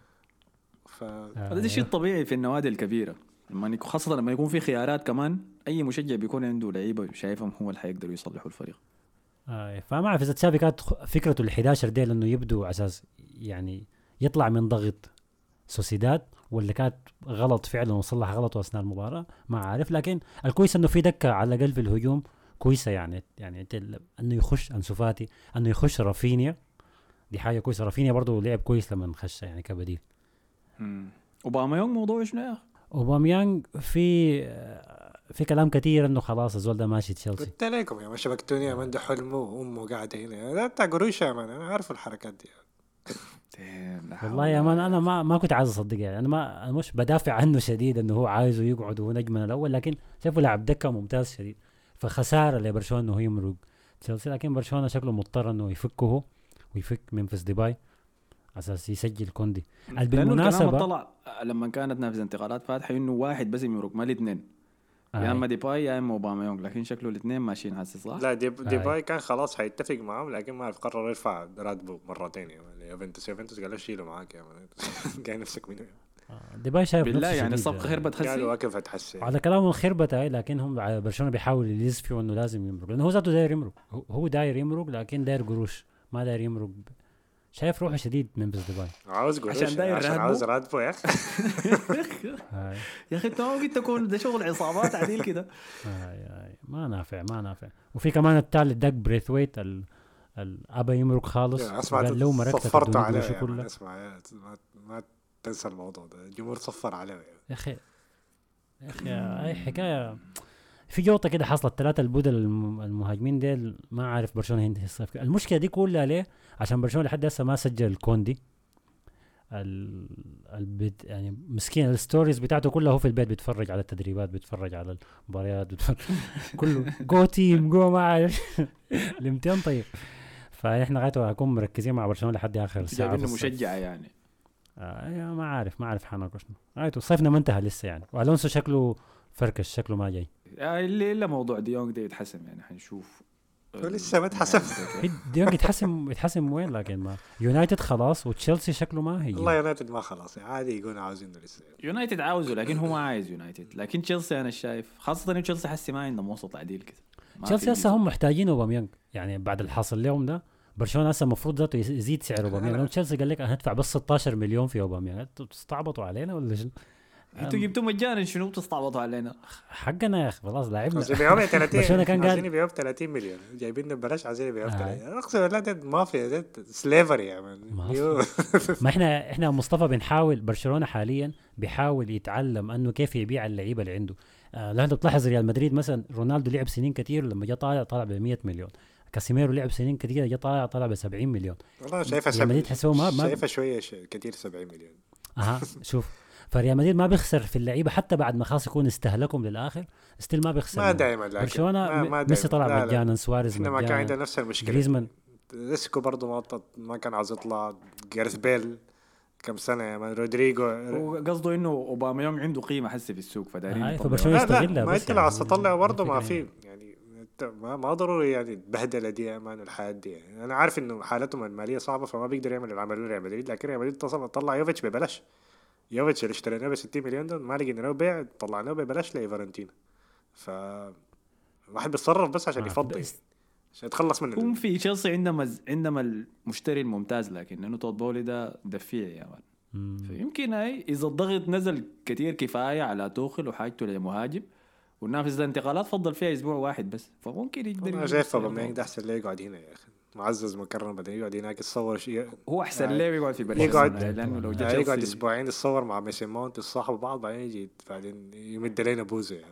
هذا شيء طبيعي في النوادي الكبيره، خاصة لما يكون في خيارات كمان. أي مشجع بيكون عنده لعيبة شايفهم هو اللي حيقدروا يصلحوا الفريق. فما أعرف إذا تشافي كانت فكرته ال11 دي لأنه يبدو أساس يعني يطلع من ضغط سوسيداد، ولا كانت غلط فعلا وصلح غلطه أثناء المباراة ما عارف. لكن الكويس إنه في دكة على الأقل في الهجوم كويسة يعني إنه يخش أنسو فاتي، إنه يخش رافينيا، دي حاجة كويسة. رافينيا برضو لعب كويس لما خش يعني كبديل. أوباميانغ موضوع شنو يا أخي؟ أوباميانغ في كلام كتير انه خلاص الزول ده ماشي تشيلسي. قلت لكم يا ما شبكتوني يا من ده حلمه وامه قاعده هنا، ده بتاع قروش يا من، انا عارف الحركات دي. والله يا مان انا ما كنت عايز اصدق يعني. انا مش بدافع عنه شديد انه هو عايزه يقعد وهو نجمنا الاول، لكن شايفه لاعب دكه ممتاز شديد. فخساره لبرشلونه انه يمرق تشيلسي، لكن برشلونه شكله مضطر انه يفكه ويفك منفس ديباي اساس يسجل كوندي. بالمناسبه طلع لما كانت نافذه انتقالات فاتحه انه واحد بس يمرق ما الاثنين، يا اما ديباي يا اما اوباميانغ، لكن شكله الاثنين ماشيين حاسس صح. لا ديباي كان خلاص حيتفق معهم، لكن ما قرر يرفع راتبه مرتين يعني. يوفنتوس قال له شيله معاك يا مان قاعد نفسك منه ديباي شايف بالله يعني الصفقه خربت حسي، قالوا واقف تحسي على كلامهم خربت هاي، لكن هم برشلونه بيحاول يلزفوا انه لازم يمرق، لانه هو ذاته داير يمرق، هو داير يمرق لكن داير قروش، ما داير يمرق. شايف روحه شديد من بس ديباي عاوز قروش عشان عاوز راتبه يا اخي. يا اخي انت ممكن تكون ده شغل عصابات عديل كده. ما نافع. وفي كمان الثالث داك بريثويت الابا يمرق خالص، قال لو مركت صفرته عليه يعني. اسمع ما تنسى الموضوع ده، الجمهور صفر عليه يا اخي اي حكايه. في جوطه كده حصلت 3 البودل المهاجمين ديل، ما عارف برشلونه هندي الصفقه. المشكله دي كلها ليه؟ عشان برشلونه لحد هسه ما سجل كوندي. البيت يعني مسكين، الستوريز بتاعته كلها هو في البيت بيتفرج على التدريبات، بيتفرج على المباريات، كله جو تيم جو ما عارف الامتحان. طيب فاحنا غايته هنكون مركزين مع برشلونه لحد اخر ساعه. جايبينه مشجع يعني. ما عارف حناقش شنو. غايته صيفنا ما انتهى لسه يعني. والونسو شكله فركش، شكله ما جاي. اللي موضوع ديونج ده يتحسم يعني، حنشوف. لسه ما اتحسم. ديونج يتحسم وين؟ لكن ما يونايتد خلاص، وتشيلسي شكله ما هي. والله يونايتد ما خلاص عادي، يكون عاوزينه لسه. يونايتد عاوزه لكن هو ما عايز يونايتد. لكن تشيلسي انا شايف خاصه ان تشيلسي حسي ما عندهم وسط عديل كده. تشيلسي هسه هم محتاجين اوباميانغ يعني بعد الحاصل لهم ده. برشلونه هسه المفروض ذاته يزيد سعر اوباميانغ، لو تشيلسي قال لك هندفع بس 16 مليون في اوباميانغ، انتوا بتستعبطوا علينا ولا شنو؟ انتوا جبتوا مجانا، شنو بتستعبطوا علينا؟ حقنا يا اخي خلاص لاعبنا. بيبيعوا 30 كان عايزين يبيعوا 30 مليون، جايبين ببلاش عايزين يبيعوا 30. اقسم بالله ده مافيا، ده سليفري يا مان. ما احنا مصطفى بنحاول، برشلونه حاليا بيحاول يتعلم انه كيف يبيع اللعيبه اللي عنده. لانه تلاحظ ريال مدريد مثلا، رونالدو لعب سنين كثير، لما جاء طالع ب 100 مليون. كاسيميرو لعب سنين كثير، جاء طالع ب 70 مليون. والله شايفها شويه كثير 70 مليون. شوف فريال مدريد ما بيخسر في اللعيبه حتى بعد ما خلاص يكون استهلكهم للاخر ستيل ما بيخسر ما دائما لكن برشلونه ما ميسي طلع لا. مجانا سواريز احنا ما كان مجانا عندنا نفس المشكله. جريزمان ريسكو برضه ما كان عاوز يطلع. جارث بيل كم سنه يا مان. رودريجو وقصده انه اوباميونغ عنده قيمه حسي في السوق فدارين فبرشلونه لا يستغلها ما بس انت لو عاوز تطلع برضه ما الفكرة في يعني ما ضروري يعني البهدله دي يا مان والحياه دي يعني. انا عارف انه حالتهم الماليه صعبه فما بيقدر يعمل اللي عملوه ريال مدريد لكن ريال مدريد طلع يوفيتش ببلاش. يوفيتش اللي اشتريناه ب 60 مليون دول ما لقينا له بيع طلعناه ببلاش لفالنتينا. ف واحد بيتصرف بس عشان يفضي عشان يتخلص من هم في تشيلسي عندما المشتري الممتاز لكن انه توت بولي ده دفيع يا مان. فيمكن هاي اذا الضغط نزل كتير كفايه على توخل وحاجته لمهاجم والنافذ ده انتقالات فضل فيها اسبوع واحد بس فممكن يقدر. انا شايف اوباميانج ده احسن ليه يقعد هنا يا اخي. معزز مكرم بدل يقعد هناك يتصور شيء. هو احسن ليه يقعد في برشلونه لانه لو جا يقعد اسبوعين يتصور مع ميسي مونت يتصاحبوا بعض بعدين يجي بعدين يمد لنا بوزه يعني.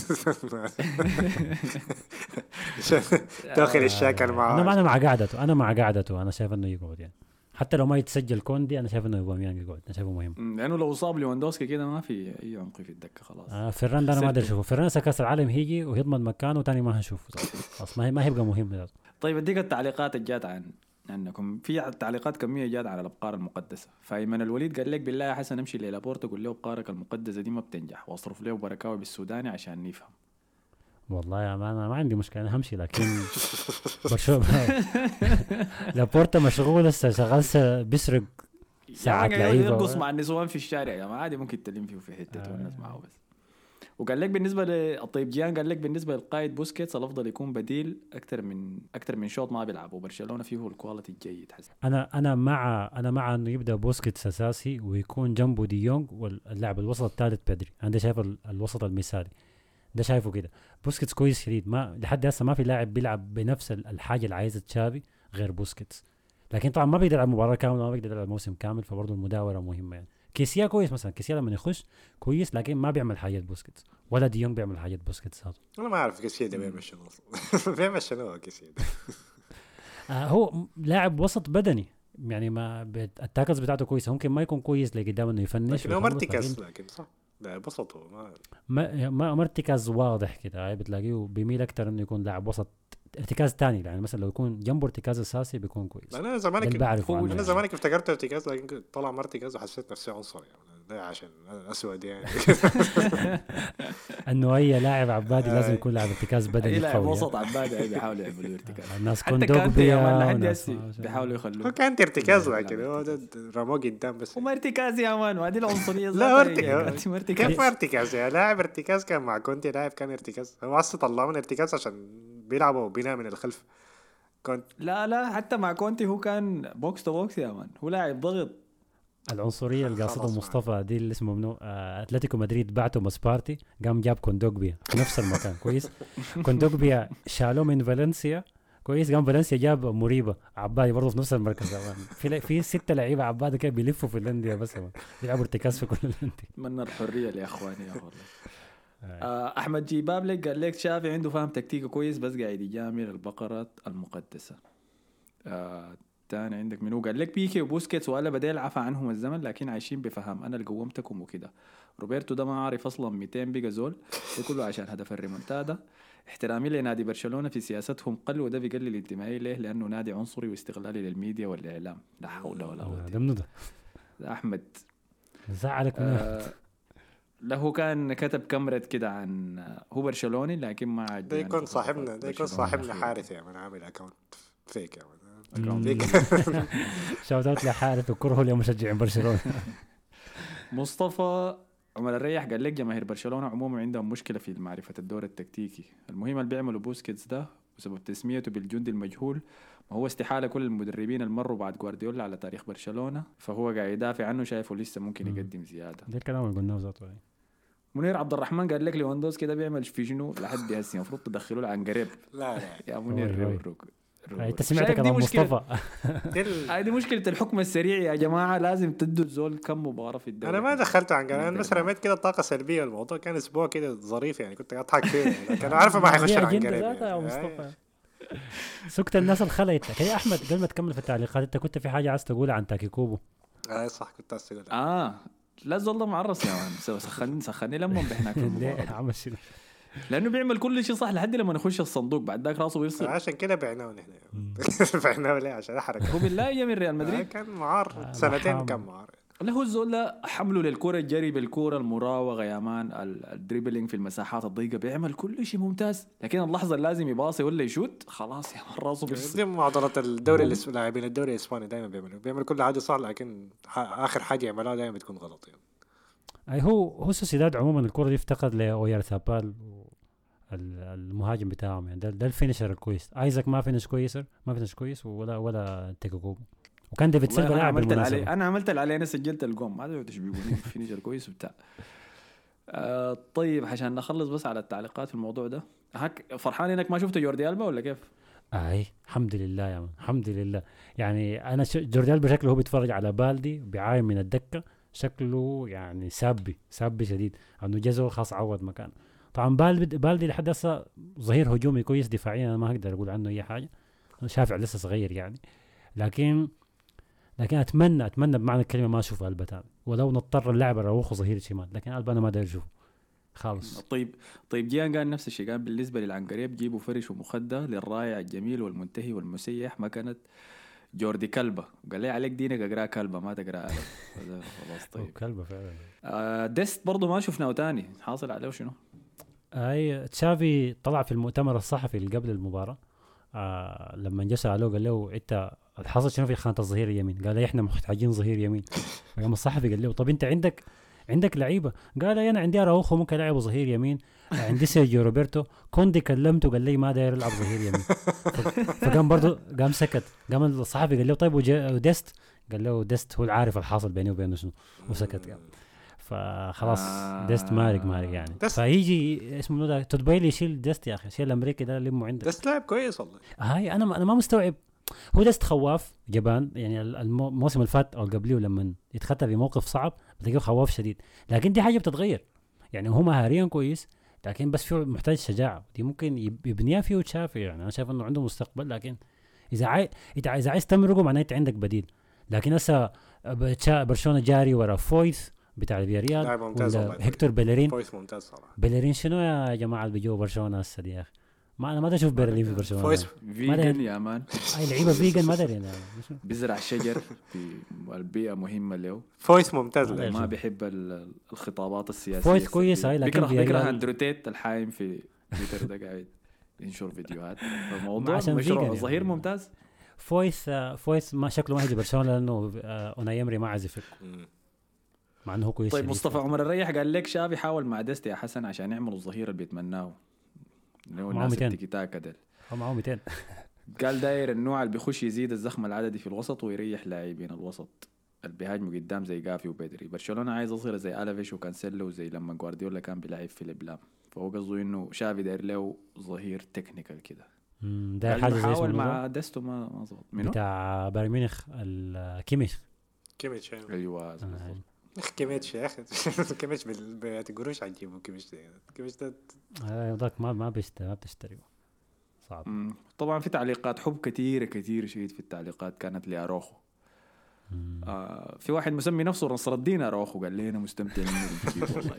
داخل الشاكل مع انا مع قعدته انا شايف انه يقعد يعني حتى لو ما يتسجل كوندي انا شايف انه اوباميانج يقعد. انا شايفه مهم لانه لو صاب ليواندوسكي كده ما في اي عمق في الدكه خلاص. فيران انا ما ادري اشوفه. فيران كاس العالم هيجي ويضمن مكانه وتاني ما هنشوفه خلاص ما هيبقى مهم. طيب اديك التعليقات اللي جات عنكم. في تعليقات كميه جات على الابقار المقدسه. فايمن الوليد قال لك بالله يا حسن امشي لابورتو قول له ابقارك المقدسه دي ما بتنجح واصرف له بركاوي بالسوداني عشان نفهم. والله يا مان انا ما عندي مشكله انا همشي لكن لابورتا مشغول لسه شغال بيسرق ساعات لعيبه يرقص مع النسوان في الشارع يا ما عادي ممكن تلم فيه في حته والناس معه بس. وقال لك بالنسبه للطيب جيان قال لك بالنسبه للقائد بوسكيتس الافضل يكون بديل اكثر من شوط ما بيلعب وبرشلونه فيه الكواليتي الجيد حسن. انا مع انه يبدا بوسكيتس اساسي ويكون جنبه دي يونغ واللاعب الوسط الثالث بدري. انا شايف الوسط المثالي ده شايفه كده. بوسكيتس كويس شديد ما لحد هسه ما في لاعب بيلعب بنفس الحاجه اللي عايزه تشافي غير بوسكيتس. لكن طبعا ما بيقدر يلعب مباراه كامله ما بيقدر يلعب موسم كامل فبرضه المداوره مهمه يعني. كيسيا كويس مثلا كيسيا لما يخش كويس لكن ما بيعمل حاجات بوسكيتس ولا ديونج بيعمل حاجات بوسكيتس هذا. انا ما اعرف كيسيا ده بيمشي اصلا بيمشي كيسيا هو لاعب وسط بدني يعني ما التاكلز بتاعته كويسه ممكن ما يكون كويس لقدام انه يفنش لكن هو مرتكز لكن صح لا بسطه ما مرتكز واضح كده هاي بتلاقيه بيميل اكتر انه يكون لاعب وسط ارتكاز تاني يعني مثلا لو يكون جنبه ارتكاز اساسي بيكون كويس. انا زمانك افتكرت ارتكاز لكن طلع مرتكز وحسيت نفسي عنصر يعني ده عشان اسود يعني انه اي لاعب عبادي لازم يكون لاعب ارتكاز بدني قوي. لاعب وسط عبادي بيحاولوا يعملوا ارتكاز. الناس كوندوغبيا بيحاولوا يخلوه. هو كان ارتكاز لكن هو رموه قدام بس. وما ارتكاز يا مان وهذه العنصريه لا كيف ارتكاز يا لاعب ارتكاز كان مع كونتي لاعب كان ارتكاز. هو اصلا طلعوا من ارتكاز عشان بيلعبوا بناء من الخلف. لا حتى مع كونتي هو كان بوكس تو بوكس يا مان هو لاعب ضغط. العنصريه اللي قاصده مصطفى دي اللي اسمه منو اتلتيكو مدريد بعته مسبارتي قام جاب كوندوغبيا في نفس المكان كويس. كوندوغبيا شالوه من فالنسيا كويس قام فالنسيا جاب مريبه عبادي برضه في نفس المركز في 6 لعيبه عبادي كده بيلفوا في الانديه بس بيلعبوا ارتكاز في كل الانديه. من الحريه يا اخواني يا والله. احمد جيباب لك قال لك شافي عنده فهم تكتيكه كويس بس قاعد يجامل البقرات المقدسه. تاني عندك منو قال لك بيكي وبوسكيتس ولا بديل عفى عنهم الزمن لكن عايشين بفهم انا اللي قومتكم وكده. روبرتو ده ما عارف اصلا 200 بقى زول ده كله عشان هدف الريمونتادا. احترامي لنادي برشلونه في سياستهم قل وده بيقلل انتمائي له لانه نادي عنصري واستغلالي للميديا والاعلام. لا حول ولا قوه ده منو ده احمد زعلك له كان كتب كمرت كده عن هو برشلوني لكن ما عاد ده يكون صاحبنا حارث يا من عامل اكونت فيك يا من شوت اوت لحارث وكره لمشجعين برشلونه. مصطفى عمر الريح قال لك جماهير برشلونه عموما عندهم مشكله في معرفه الدور التكتيكي. المهم اللي بيعملوا بوسكيتس ده بسبب تسميته بالجندي المجهول ما هو استحاله كل المدربين اللي مروا بعد جوارديولا على تاريخ برشلونه فهو قاعد يدافع عنه شايفه لسه ممكن يقدم زياده. ده الكلام اللي قلناه ذاته. منير عبد الرحمن قال لك ليواندوسكي ده بيعمل في شنو لحد هسه المفروض تدخلوه عن قريب. لا يا منير انت سمعت كلام مصطفى. هذه مشكله الحكم السريع يا جماعه لازم تدوا الزول كم مباراه في الدوري. انا ما دخلته عن قريب انا بس رميت كده طاقه سلبيه الموضوع كان اسبوع كده ظريف يعني كنت اضحك فيه لكن عارفه ما حيخش عن قريب يا مصطفى. سكت الناس الخليت يا احمد قبل ما تكمل في التعليقات انت كنت في حاجه عايز تقولها عن تاكي كوبو. صح كنت أسأل. لا الزول ده معرس يا مان، سخني لما بهناك في ليه المباراة. عمل شنو؟ لانه بيعمل كل شيء صح لحد لما يخش الصندوق، بعد ذاك راسه بيفصل. عشان كده بعناه نحن. بعناه ليه؟ عشان أحرق. هو بالله يجي من ريال مدريد كان معار سنتين، كان معار. له هو الزول ده حمله للكرة، الجري بالكرة، المراوغة يا مان، الدريبلينج في المساحات الضيقة، بيعمل كل شيء ممتاز. لكن اللحظة اللي لازم يباصي ولا يشوت خلاص يا مان راسه بيفصل. دي معضلة لاعبين الدوري الإسباني، دائما بيعملوا كل حاجة صح، لكن آخر حاجة يعملها دائما بتكون غلط يعني. اي هو سوسيداد عموما الكرة دي افتقد لاويار ثابال المهاجم بتاعهم يعني. ده الفينشر الكويس. ايزاك ما فينش كويس ولا تيكوكوبو. وكان ديفيد سيلفا لاعب بالمناسبة. انا عملت اللي علي، انا سجلت الجون، ما ادري ايش بيقولوا فينيشر كويس وبتاع. طيب عشان نخلص بس على التعليقات في الموضوع ده، هك فرحان انك ما شفت جوردي ألبا ولا كيف؟ الحمد لله يا مان، الحمد لله. يعني انا جوردي ألبا شكله هو بيتفرج على بالدي بيعاين من الدكة، شكله يعني سابي شديد انه جزء خاص عوض مكانه. طبعا بالدي لحد هسه ظهير هجومي كويس، دفاعيا انا ما اقدر اقول عنه اي حاجه، شافع لسه صغير يعني. لكن اتمنى بمعنى الكلمه ما اشوف ألبا تاني، ولو نضطر اللاعب اروخه ظهير شمال، لكن ألبا انا ما اقدر اشوفه خالص. طيب جيان قال نفس الشيء، قال بالنسبه للعنقريب جيبوا فرش ومخده للرائع الجميل والمنتهي والمسيح، ما كانت جوردي كلبه. قال لي عليك دينك اقرا كلبه ما تقرا خلاص. طيب كلبه فعلا. ديست برضو ما شفناه تاني، حاصل عليه شنو؟ تشافي طلع في المؤتمر الصحفي اللي قبل المباراه، لما جلس عليه قال له انت الحصل شنو في خانه الظهير اليمين؟ قال لي احنا محتاجين ظهير يمين. فقام الصحفي قال له طب انت عندك لعيبه؟ قال لي انا عندي اراوخو ممكن العب ظهير يمين، عندي سيرجيو روبرتو، كوندي كلمته قال لي ما داير يلعب ظهير يمين. فقام برضه سكت. قام الصحفي قال له طيب وديست؟ قال له ديست هو العارف الحاصل بيني وبينه شنو، وسكت قام. فخلاص ديست مارق يعني. فيجي اسمه ده تودبيلي يشيل ديست يا اخي، شيل الامريكي ده لمه عندك. ديست لاعب كويس والله. انا ما مستوعب. هو ديست خواف جبان يعني. الموسم اللي فات او قبليه لما يتخطى في موقف صعب بتلاقيه خواف شديد، لكن دي حاجه بتتغير يعني. هو مهاريا كويس لكن بس فيه محتاج شجاعه، دي ممكن يبنيها فيه وتشافي يعني. انا شايف انه عنده مستقبل، لكن اذا عايز تمرقه معناه انت عندك بديل. لكن هسه برشلونه جاري ورا فويث بتاع فياريال ولا هيكتور بيلرين. فويث ممتاز صراحه. بيلرين شنو يا جماعه اللي بيجوا برشلونه هسه دي يا اخي؟ ما انا ما اشوف بيرلين في برشلونه. فويس فيجن يا مان. اي لعيبه فيجن ما ادري يعني بيزرع شجر في البيئه مهمه له. فويس ممتاز ما بيحب الخطابات السياسيه. فويس كويس هاي، لكن بيكره اندروتيت الحايم في تويتر ده قاعد ينشر فيديوهات. الموضوع مشروع الظهير ممتاز. فويس ما شكله ما هيجي برشلونه لانه اوناي امري ما عايز يفك، مع انه هو كويس. طيب مصطفى عمر الريح قال لك شافي حاول مع ديست يا حسن عشان يعملوا الظهير اللي بيتمناه، معه 200 كده. معه 200. قال داير النوع اللي بيخش يزيد الزخم العددي في الوسط ويريح لاعبين الوسط اللي بيهاجموا قدام زي جافي وبيدري. برشلونه عايز يصير زي ألافيش وكانسيلو وزي لما جوارديولا كان بيلعب في البلام. فهو قصده انه شافي داير له ظهير تكنيكال كده. ده حاجه زي حاول مع ديستو ما ظبط. بتاع بايرن ميونخ الكيميش ايوه كيميتش يا اخي. كيميتش بتقولوش عجيبه. كيميتش ده ذاك ما بتشتري صعب. طبعا في تعليقات حب كثير شديد في التعليقات كانت لاروخو. في واحد مسمي نفسه نصر الدين اروخو قال لي انا مستمتع من الفيديو والله.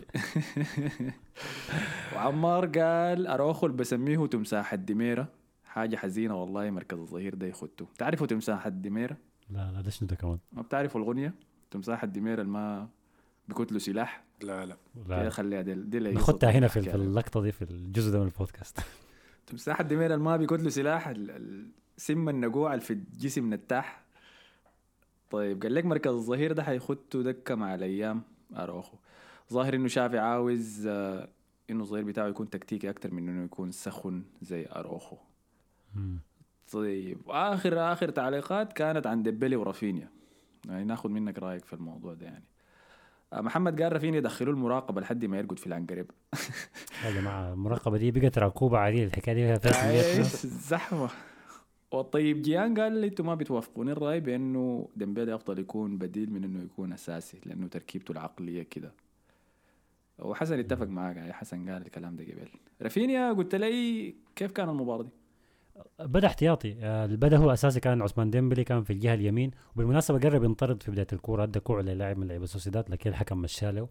وعمار قال اروخو اللي بسميه تمساح الدميره، حاجه حزينه والله مركز الظهير ده يخطه. تعرفوا تمساح الدميره؟ لا ده شنو ده كمان؟ ما بتعرفوا الاغنيه تمساح الدميره اللي ما بيكتلوا سلاح؟ لا خليها دي ناخدها هنا في اللقطه دي في الجزء ده من البودكاست. تمساح الدميره اللي ما بيكتلوا سلاح، السم النقوع اللي في الجسم نتاح. طيب قال لك مركز الظهير ده حيخطوا دكه مع الايام اروخو. ظاهر انه شافي عاوز انه الظهير بتاعه يكون تكتيكي اكتر من انه يكون سخن زي اروخو. طيب اخر تعليقات كانت عن ديمبلي ورافينيا، يعني ناخذ منك رايك في الموضوع ده. يعني محمد قال رافينيا يدخلوا المراقبه لحد ما يرقد في العنقريب. يا جماعه المراقبه دي بقت ركوبه عاديه، الحكايه دي فيها زحمه. وطيب جيان قال لي انتم ما بتوافقون الراي بانه ديمبلي افضل يكون بديل من انه يكون اساسي لانه تركيبته العقليه كده. وحسن اتفق معاك، يعني حسن قال الكلام ده قبل. رافينيا قلت لي كيف كان المباراه دي؟ بدا احتياطي. البدا هو اساسي كان عثمان ديمبلي، كان في الجهه اليمين، وبالمناسبه قرب ينطرد في بدايه الكوره، ادى كوع للاعب من لعيبه السوسيداد لكن الحكم مشاله.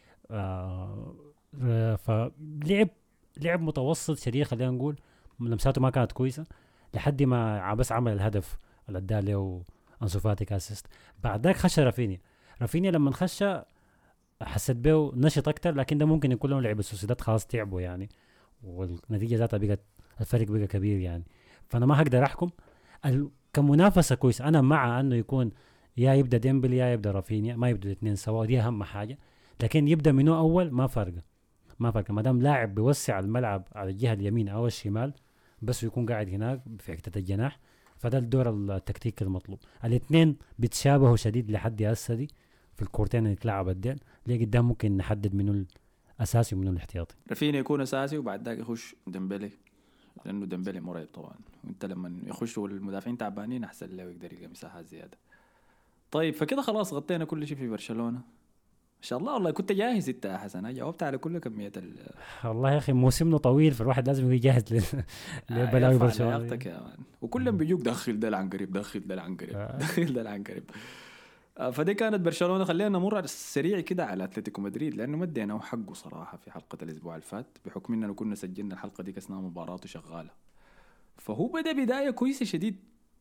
فلعب متوسط شديد خلينا نقول، لمساته ما كانت كويسه لحد ما بس عمل الهدف اللي ادى له انسو فاتي كاسيست. بعد ذاك خش رافينيا لما خش حسيت به نشط اكتر، لكن ده ممكن يكون لهم لعيبه السوسيداد خلاص تعبوا يعني، والنتيجه ذاتها بقت الفرق بقى كبير يعني. فانا ما هقدر احكم كمنافسه كويس. انا مع انه يكون يا يبدا ديمبلي يا يبدا رافينيا، ما يبدا الاثنين سوا، دي اهم حاجه. لكن يبدا منو اول ما فرقه ما دام لاعب بيوسع الملعب على الجهه اليمين او الشمال بس يكون قاعد هناك في حته الجناح، فده الدور التكتيكي المطلوب. الاثنين بيتشابهوا شديد لحد هسه دي في الكورتين اللي اتلعبت ديل، اللي قدام ممكن نحدد منو الاساسي ومنو الاحتياطي. رافينيا يكون اساسي وبعد ذاك يخش ديمبلي، لانه ديمبلي مرعب طبعا، وانت لما يخشوا المدافعين تعبانين احسن له يقدر يلقى مساحات زياده. طيب فكده خلاص غطينا كل شيء في برشلونه ان شاء الله. والله كنت جاهز انت يا حسن، جاوبت على كل كميه والله يا اخي موسمنا طويل، فالواحد لازم يكون جاهز لبلاوي برشلونه. وكلهم بيجوك دخل ده عن قريب، دخل ده عن قريب، دخل ده عن قريب. فدي كانت برشلونه. خلينا نمر على السريع كده على اتلتيكو مدريد، لانه مدينا حقه صراحه في حلقه الاسبوع اللي فات بحكم اننا كنا سجلنا الحلقه دي كسنا مباراته شغاله. فهو بدا بدايه كويسه شديد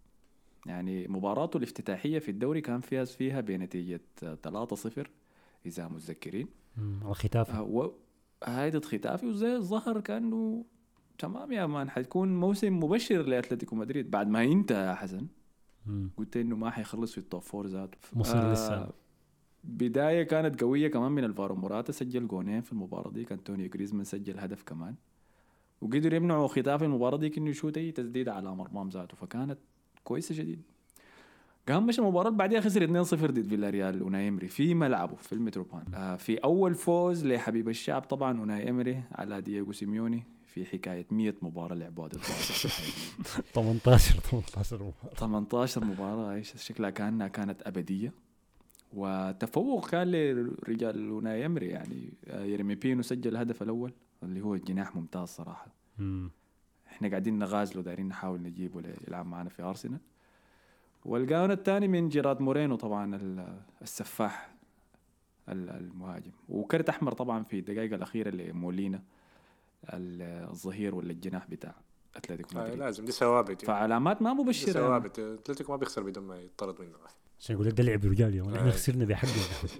يعني. مباراته الافتتاحيه في الدوري كان فيها بنتيجه 3-0 اذا متذكرين، الختافي هايدة ختافي، وزي الظهر كانه تمام يا مان حيكون موسم مبشر لاتلتيكو مدريد بعد ما انتهى يا حسن. قلت انه ما حيخلص في التوب فور ذاته، مصير لسه. بدايه كانت قويه كمان من الفارو موراتا، سجل جونين في المباراه دي، كان توني جريزمان سجل هدف كمان، وقدروا يمنعوا ختافي المباراه دي انه يشوت اي تسديد على مرمام ذاته، فكانت كويسه جديد. قام مش المباراة بعدها خسر 2-0 ضد فيلاريال أوناي إمري في ملعبه في المتروبان. في أول فوز لحبيب الشعب طبعا أوناي إمري على دييغو سيميوني في حكاية 100 مباراة لعبوها ضد 18 مباراة شكلها كانت أبدية، وتفوق كان لرجال أوناي إمري يعني. يرمي بينو سجل الهدف الأول اللي هو الجناح ممتاز صراحة. إحنا قاعدين نغازله دايرين نحاول نجيبه يلعب معنا في أرسنال. والجون الثاني من جيراد مورينو طبعا السفاح المهاجم، وكرت احمر طبعا في الدقائق الاخيره لمولينا الظهير ولا الجناح بتاع اتلتيكو مدريد. لازم دي ثوابت، فعلامات ما مبشره. ثوابت اتلتيكو ما بيخسر بدون ما يطرد منه. عشان يقول لك ده لعب رجال يوم احنا خسرنا بحقنا.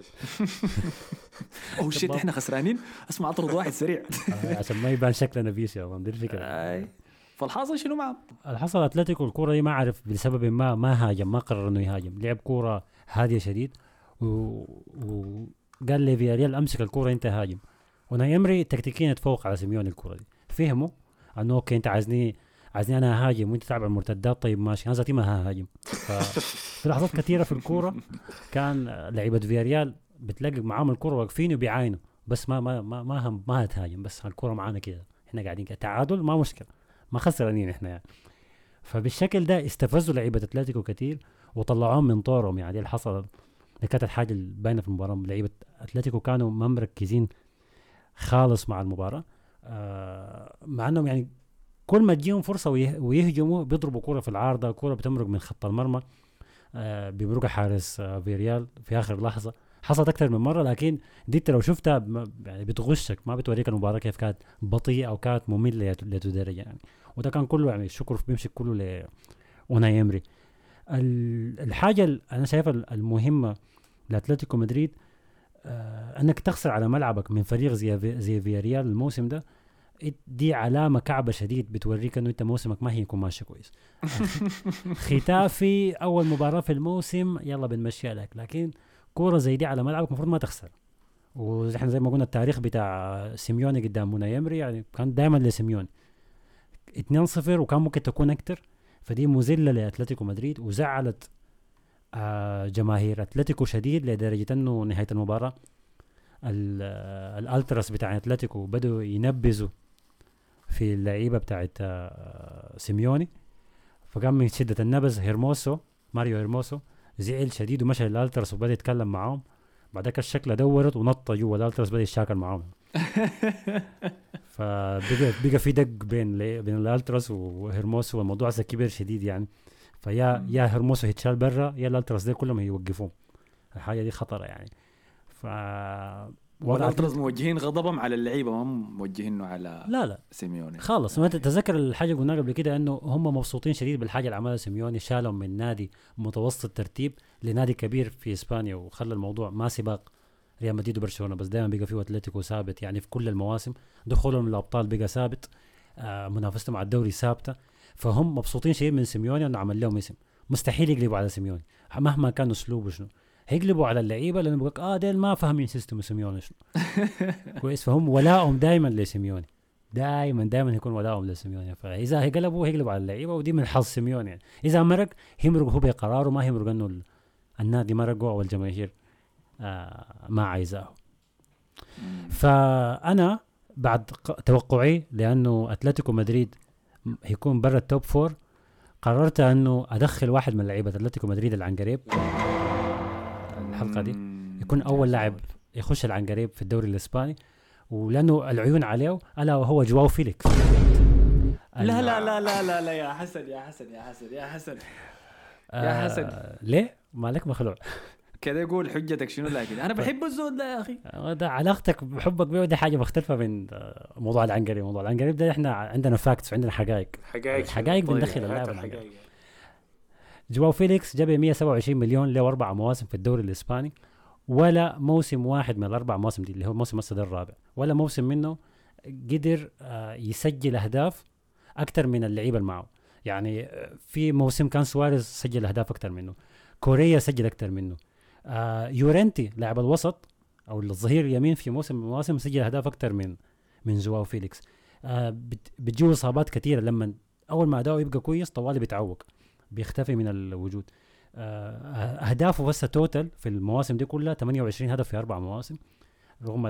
او شيت احنا خسرانين، اسمع اطرد واحد سريع عشان ما يبان شكلنا بيس يا مان. دي الفكره. فالحاصل شنو معه؟ الحصل اتلتيكو الكوره دي ما اعرف بسبب ما هاجم، ما قرر انه يهاجم، لعب كوره هاديه شديد وقال لي فياريال امسك الكوره انت هاجم. وناي امري تكتيكيا تفوق على سيميوني الكوره دي، فهموا انه اوكي انت عايزني انا هاجم وانت تلعب المرتدات، طيب ماشي انا ذاتي ما هاجم. في لحظات كثيره في الكوره كان لعيبه فياريال بتلاقي معاهم الكوره واقفين وبيعاينوا، بس ما تهاجم، بس الكوره معانا كده، احنا قاعدين كده تعادل ما مشكله، ما خسرانين احنا يعني. فبالشكل ده استفزوا لعيبه اتلتيكو كتير وطلعوهم من طورهم يعني. دي اللي حصل، دي كانت الحاجه الباينه في المباراه. لعيبه اتلتيكو كانوا ما مركزين خالص مع المباراه، مع انهم يعني كل ما تجيهم فرصه ويهجموا بيضربوا كوره في العارضه، كوره بتمرق من خط المرمى، بيمرقها حارس فيريال في اخر لحظه. حصلت اكثر من مره، لكن دي لو شفتها يعني بتغشك، ما بتوريك المباراه كيف كانت بطيئه او كانت ممله لدرجه يعني. وده كان كله يعني الشكر بيمشي كله لأوناي إمري. الحاجه انا شايفها المهمه لاتلتيكو مدريد، انك تخسر على ملعبك من فريق زي فياريال الموسم ده، دي علامه كعبه شديد بتوريك انه انت موسمك ما هيكون ماشي كويس. ختافي اول مباراه في الموسم يلا بنمشيها لك، لكن كوره زي دي على ملعبك المفروض ما تخسر. واحنا زي ما قلنا التاريخ بتاع سيميوني قدام أوناي إمري يعني كان دائما لسيميوني 2-0 وكان ممكن تكون اكتر. فدي مذله لاتلتيكو مدريد وزعلت جماهير اتلتيكو شديد، لدرجه انه نهايه المباراه الالتراس بتاع اتلتيكو بدوا ينبذوا في اللعيبه بتاعت سيميوني. فقام من شده النبذ ماريو هيرموسو زعل شديد ومشى للالتراس وبدا يتكلم معاهم. بعدك الشكل دورت ونط جوا الالتراس بدا يشاكل معاهم. فبقى في دق بين الالتراس وهرموس، والموضوع كبير شديد يعني. يا هرموس هيتشال برا، يا الالتراس دي كلهم يوقفون. الحاجه دي خطره يعني. والالتراس موجهين غضبهم على اللعيبه، ما موجهينه على لا سيميوني خالص. ما تتذكر الحاجه قلنا قبل كده انه هم مبسوطين شديد بالحاجه اللي عملها سيميوني، شالهم من نادي متوسط الترتيب لنادي كبير في اسبانيا، وخلى الموضوع ما سباق ريال مدريد وبرشلونه بس، دائما بقى فيه اتلتيكو ثابت يعني في كل المواسم، دخولهم الابطال بقى ثابت، منافستهم على الدوري ثابته. فهم مبسوطين شديد من سيميوني انه عمل لهم اسم. مستحيل يقلبوا على سيميوني مهما كان اسلوبه شنو، هيقلبوا على اللعيبه لانه بيقولك ديل ما فاهمين سيستم سيميوني شنو. كويس. فهم ولاهم دائما لسيميوني، دائما يكون ولاهم لسيميوني. فاذا هيقلبوا على اللعيبه، ودي من حظ سيميوني يعني. اذا مرق هيمرق هو بقراره، ما هيمرق انه النادي مرقوا او الجماهير ما عايزاه. فانا بعد توقعي لانه اتلتيكو مدريد هيكون برا التوب 4، قررت انه ادخل واحد من لعيبه اتلتيكو مدريد العنقريب الحلقه دي، يكون اول لاعب يخش العنقريب في الدوري الاسباني، ولانه العيون عليه الا وهو جواو فيليكس. لا لا لا لا لا لا يا حسن يا حسن يا حسن يا حسن يا حسن ليه مالك مخلوع كده؟ يقول حجتك شنو؟ لكن انا بحب الزود ده يا اخي. ده علاقتك بحبك بيه دي حاجه مختلفه من موضوع العنقريب. موضوع العنقريب ده احنا عندنا فاكتس وعندنا حقائق بندخل اللاعب. جواو فيليكس جاب 127 مليون له 4 مواسم في الدوري الاسباني، ولا موسم واحد من ال4 مواسم دي اللي هو موسم الصدر الرابع، ولا موسم منه قدر يسجل اهداف اكثر من اللعيبه اللي معه. يعني في موسم كان سواريز سجل اهداف اكثر منه، كوريا سجل اكثر منه، يورنتي لاعب الوسط او الظهير اليمين في موسم من المواسم سجل اهداف اكثر من جواو فيليكس. بتجيه اصابات كثيره، لما اول ما اداؤه يبقى كويس طوالي بيتعوق، بيختفي من الوجود. اهدافه بس توتال في المواسم دي كلها 28 هدف في 4 مواسم، رغم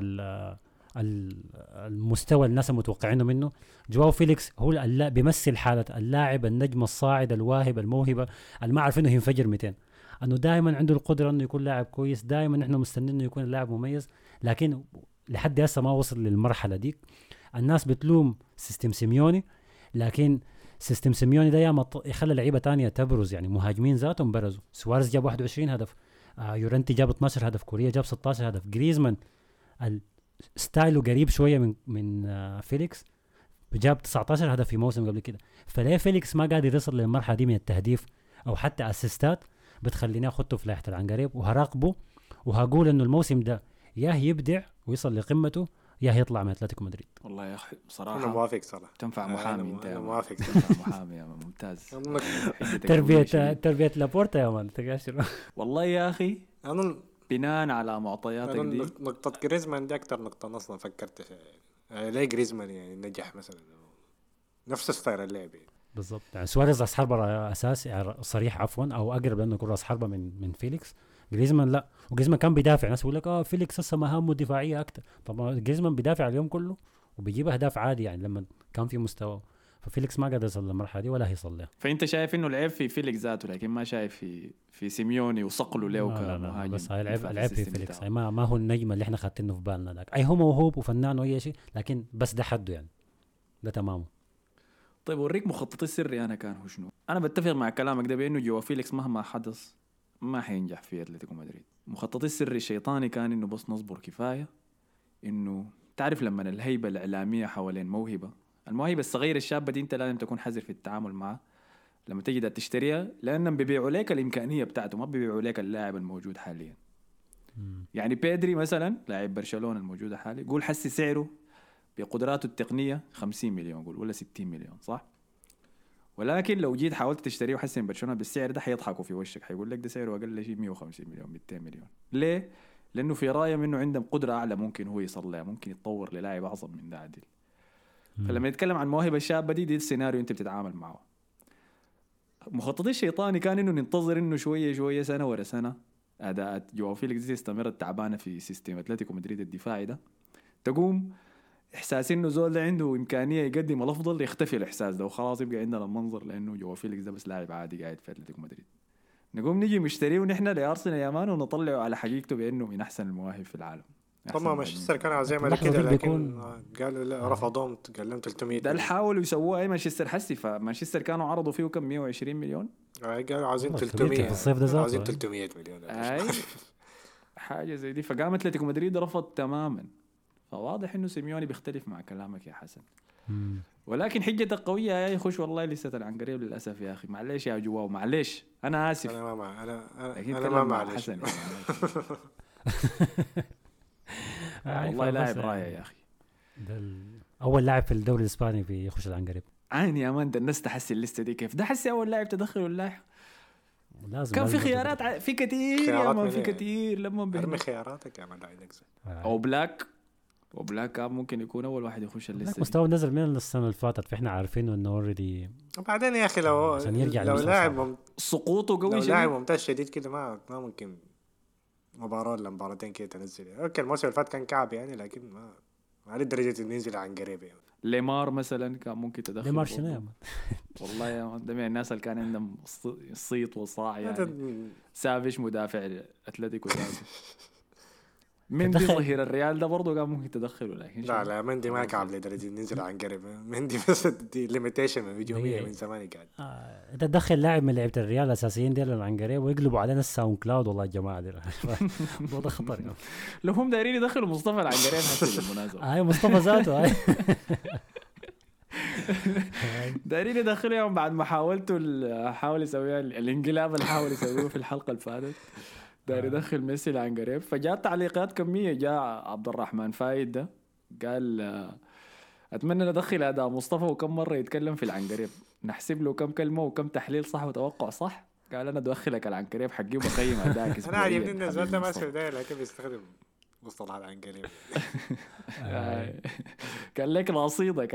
المستوى الناس متوقعينه منه. جواو فيليكس هو بيمثل حاله اللاعب النجم الصاعد الواهب الموهبه اللي ما عارف انه ينفجر 200، انه دائما عنده القدره انه يكون لاعب كويس، دائما نحن مستنين انه يكون لاعب مميز، لكن لحد هسه ما وصل للمرحله ديك. الناس بتلوم سيستم سيميوني، لكن سيستم سيميوني ده ياما يخلى لعيبه تانية تبرز، يعني مهاجمين ذاتهم برزوا. سواريز جاب 21 هدف، يورنتي جاب 12 هدف، كوريا جاب 16 هدف، جريزمان ستايله قريب شويه من فيليكس جاب 19 هدف في موسم قبل كده. فليه فيليكس ما قادر يصل للمرحله دي من التهديف او حتى اسيستات؟ بتخليني اخده في لائحه العنقريب وهراقبه، وهقول انه الموسم ده يا يبدع ويصل لقمته يا هيطلع من اتلتيكو مدريد. والله يا اخي بصراحه انا موافق صراحه. تنفع محامي انت. انا موافق تنفع محامي يا ممتاز. تربيه لابورتا يا مان تقاشر. والله يا اخي انا بناء على معطياتك دي نقطه جريزمان دي اكتر نقطه اصلا فكرت فيها. ليه جريزمان يعني نجح مثلا نفس ستايل اللعب يعني. بالضبط. يعني سواريز راس حربة اساسي يعني صريح عفوا، او اقرب لانه يكون راس حربة من فيليكس. جريزمان لا، وجريزمان كان بيدافع. ناس يقول لك فيليكس هسه مهامه دفاعيه اكثر. طبعا جريزمان بيدافع اليوم كله وبيجيب اهداف عادي يعني لما كان في مستوى. ففيليكس ما قدر يوصل للمرحله دي ولا هيصل لها. فانت شايف انه العيب في فيليكس ذاته، لكن ما شايف في سيميوني وصقله له كمهاجم. بس هاي العيب في فيليكس. ما هو النجم اللي احنا خاطينه في بالنا ذاك. هو موهوب وفنان واي شيء، لكن بس ده حده يعني، ده تمامه. طيب اوريك مخططي السري انا كان هو شنو. انا بتفق مع كلامك ده بانه جوا فيليكس مهما حدث ما حينجح في اتلتيكو مدريد. مخططي السري الشيطاني كان انه بس نصبر كفايه، انه تعرف لما الهيبه الاعلاميه حوالين الموهبه الصغيره الشابه دي انت لازم تكون حذر في التعامل معها لما تجي تشتريها، لانهم بيبيعوا لك الامكانيه بتاعته، ما بيبيعوا لك اللاعب الموجود حاليا. يعني بيدري مثلا لاعب برشلونه الموجود حاليا، قول حسي سعره بقدراته التقنيه 50 مليون قول ولا 60 مليون صح؟ ولكن لو جيت حاولت تشتريه وحسن برشلونه بالسعر ده حيضحكوا في وشك، حيقول لك ده سعره اقل شيء 150 مليون 200 مليون. ليه؟ لانه في رايهم انه عندهم قدره اعلى ممكن هو يصل لها، ممكن يتطور للاعب اعظم من ده عدل. فلما يتكلم عن موهبه الشابه دي السيناريو انت بتتعامل معه. مخططي الشيطاني كان انه ننتظر انه شويه سنه ورا سنه اداءات جواو فيليكس تستمر التعبانه في سيستم اتلتيكو مدريد الدفاعي ده، تقوم احساس انه زول ده عنده امكانيه يقدم الافضل يختفي الاحساس ده وخلاص يبقى عندنا المنظر لانه جوا فيليكس ده بس لاعب عادي قاعد في اتلتيكو مدريد. نقوم نجي مشتريه ونحن لارسنال يا مان ونطلعه على حقيقته بانه من احسن المواهب في العالم. طبعا مانشستر كان عاوزين يعملوا اللحظة كده دي لكن قالوا لا رفضوهم قال لهم 300 ده اللي حاولوا يسووها اي مانشستر حسي، فمانشستر كانوا عرضوا فيه كم 120 مليون. قالوا عاوزين والله 300 في الصيف ده ذاته. عاوزين 300 مليون. اي حاجه زي دي، فقام اتلتيكو مدريد رفض تماما. فواضح انه سيميوني بيختلف مع كلامك يا حسن. ولكن حجتك قويه يا يخش والله لسه العنقريب للاسف يا اخي. معلش يا جواو، معلش انا اسف. انا ما انا ما معلش. والله لاعب رائع يا اخي. اول لاعب في الدوري الاسباني بيخش العنقريب. عيني يا مان، ده الناس تحسي الليسته دي كيف ده حسي اول لاعب تدخل اللاعب. لازم كان في خيارات في كثير يا مان، في كثير لما ارمي خياراتك يا مان. او بلاك كان ممكن يكون اول واحد يخش الليسته. مستوى نزل من السنه اللي فاتت، فاحنا عارفينه انه اوريدي. وبعدين يا اخي لو لاعب سقوطه قوي شديد، لاعب ممتاز شديد كده ما ممكن مباراه ولا مباراتين كده تنزل. اوكي الموسم اللي فات كان كعب يعني، لكن ما لدرجه انه ينزل عن قريب يعني. ليمار مثلا كان ممكن تدخل. ليمار شنو يا مان؟ والله يا مان ده من الناس اللي كان عندهم صيت وصاع يعني. سافيش مدافع اتلتيكو مندي ظهير الريال ده برضه كان ممكن تدخله، لكن لا مندي ما كعب لدرجه ننزل عن قريب. مندي بس دي ليميتيشن هجوميه من زمان قاعد. انت تدخل لاعب من لعيبه الريال الاساسيين دي عن قريب ويقلبوا علينا الساوند كلاود. والله يا جماعه دي الموضوع خطر يعني. لو هم دايرين يدخلوا مصطفى العنقريب حتى بالمناسبه. هاي مصطفى ذاته هاي دايرين يدخلوا يوم بعد ما حاول يسويها الانقلاب اللي حاول يسويه في الحلقه اللي فاتت. داير يدخل ميسي العنقريب. فجاءت تعليقات كميه. جاء عبد الرحمن فايد ده قال اتمنى ندخل اداء مصطفى وكم مره يتكلم في العنقريب، نحسب له كم كلمه وكم تحليل صح وتوقع صح. قال انا ادخلك العنقريب حقي وبقيم اداك. انا عاجبني الناس ده ما اسمه ده لكن بيستخدم مصطلح العنقريب. كان لك رصيدك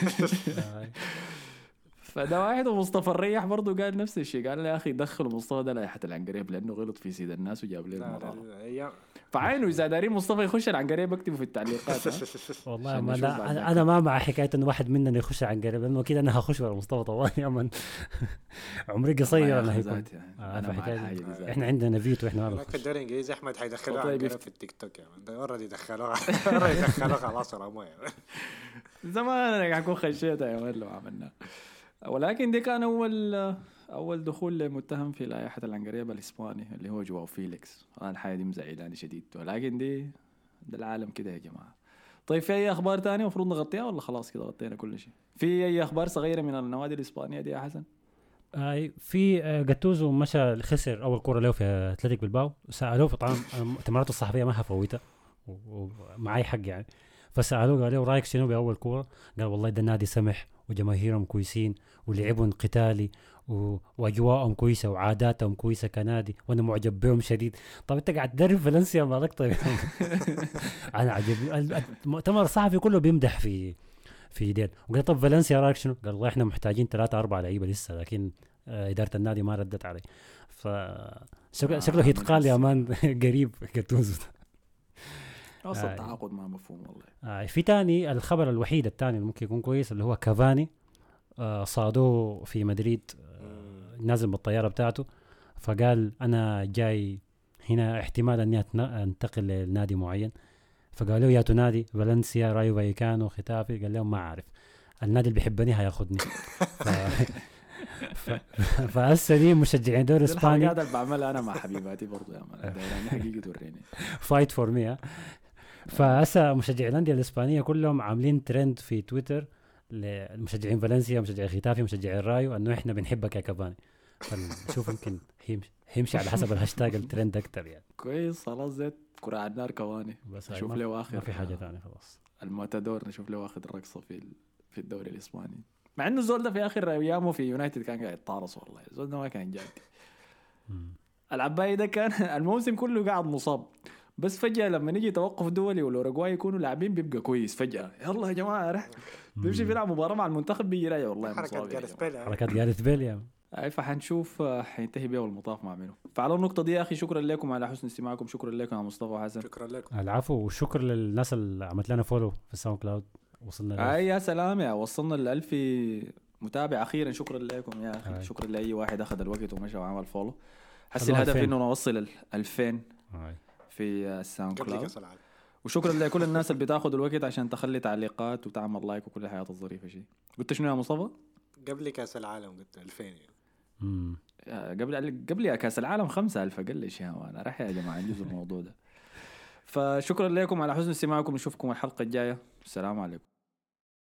فده واحد. ومصطفى الريح برضو قال نفس الشيء. قال يا اخي دخلوا مصطفى ده لائحه العنقريب لانه غلط في سيد الناس وجاب لنا المراره. فعينه اذا دارين مصطفى يخش العنقريب اكتبوا في التعليقات. والله ما انا ما مع حكايه انه واحد مننا يخش العنقريب، لانه كده انا هخش ورا مصطفى طوال يا من. عمري قصير انا هيكون. احنا عندنا فيتو احنا ما في الدوري الانجليزي احمد حيدخلوها في التيك توك يا من. اوريدي دخلوها خلاص رموها زمان انا حكون خشيتها يا من لو عملنا. ولكن دي كان أول دخول لمتهم في لائحة العنقريب الإسباني اللي هو جواو فيليكس. الحاجة دي مزعلاني شديد، ولكن ده العالم كده يا جماعة. طيب في أي أخبار تانية مفروض نغطيها ولا خلاص كده غطينا كل شيء؟ في أي أخبار صغيرة من النوادي الإسبانية دي يا حسن؟ في جاتوزو مشى خسر أول كرة له في أتلتيك بالباو. سألوه طبعا المؤتمرات الصحفية ما هفوتها ومعي حق يعني. فسألوه قال له رأيك شنو بأول كرة؟ قال والله ده النادي سمح وجماهيرهم كويسين ولعبهم قتالي واجواءهم كويسه وعاداتهم كويسه كنادي وانا معجب بهم شديد. طب انت قاعد تدرب فالنسيا مالك؟ طيب انا عجبني المؤتمر الصحفي كله بيمدح في ديل. وقال طب فالنسيا رايك شنو؟ قال والله احنا محتاجين 3-4 لعيبه لسه، لكن اداره النادي ما ردت علي. شكله يتقال يا مان قريب كتوز اصلا التعاقد ما مفهوم والله. في تاني الخبر الوحيد الثاني اللي ممكن يكون كويس اللي هو كافاني. صادوه في مدريد نازل بالطيارة بتاعته، فقال أنا جاي هنا احتمال أني أنتقل لنادي معين. فقالوا يا تنادي فالنسيا رايو فايكانو ختافي. قال لهم ما أعرف، النادي اللي بيحبني هياخدني. فهسه دي مشجعين دوري اسباني. هذا اللي بعملها انا مع حبيباتي برضو يا مان. يعني حقيقة توريني فايت فور مي. فهسه مشجعي الانديه الاسبانيه كلهم عاملين ترند في تويتر لمشجعين فالنسيا، مشجعي ختافي، مشجعي الرايو، انه احنا بنحبك يا كافاني. فنشوف يمكن هيمشي على حسب الهاشتاج الترند اكتر يعني. كويس خلاص زيت كرة على النار كواني. بس نشوف له اخر ما في حاجه ثانيه خلاص. الماتادور نشوف له اخر رقصه في الدوري الاسباني. مع انه الزول ده في اخر ايامه في يونايتد كان قاعد يتطارص. والله الزول ده ما كان جاد. العباية ده كان الموسم كله قاعد مصاب، بس فجأة لما نيجي توقف دولي والأوروغواي يكونوا لاعبين بيبقى كويس. فجأة يلا يا جماعة رح بيمشي بيلعب مباراة مع المنتخب بيجي راجع. والله حركات جاريث بيل يا اي. فحنشوف حينتهي بيه المطاف مع منه. فعلى النقطة دي يا أخي شكرا لكم على حسن استماعكم. شكرا لكم يا مصطفى وحسن. شكرا لكم. العفو. وشكر للناس اللي عملت لنا فولو في الساوند كلاود. وصلنا يا سلام يا وصلنا ل1000 متابع أخيرا. شكرا لكم يا أخي. شكرا لأي واحد أخذ الوقت ومشى وعمل فولو. حسي الهدف إنه نوصل 2000 في الساوند كلاود. وشكرا لكل الناس اللي بتاخذ الوقت عشان تخلي تعليقات وتعمل لايك وكل الحياة الظريفة شيء. قلت شنو يا مصطفى؟ قبل كاس العالم قلت 2000 يعني. قبل يا كاس العالم 5000 اقل شيء. انا راح يا جماعه نجوز الموضوع ده. فشكرا لكم على حسن استماعكم. نشوفكم الحلقه الجايه. السلام عليكم.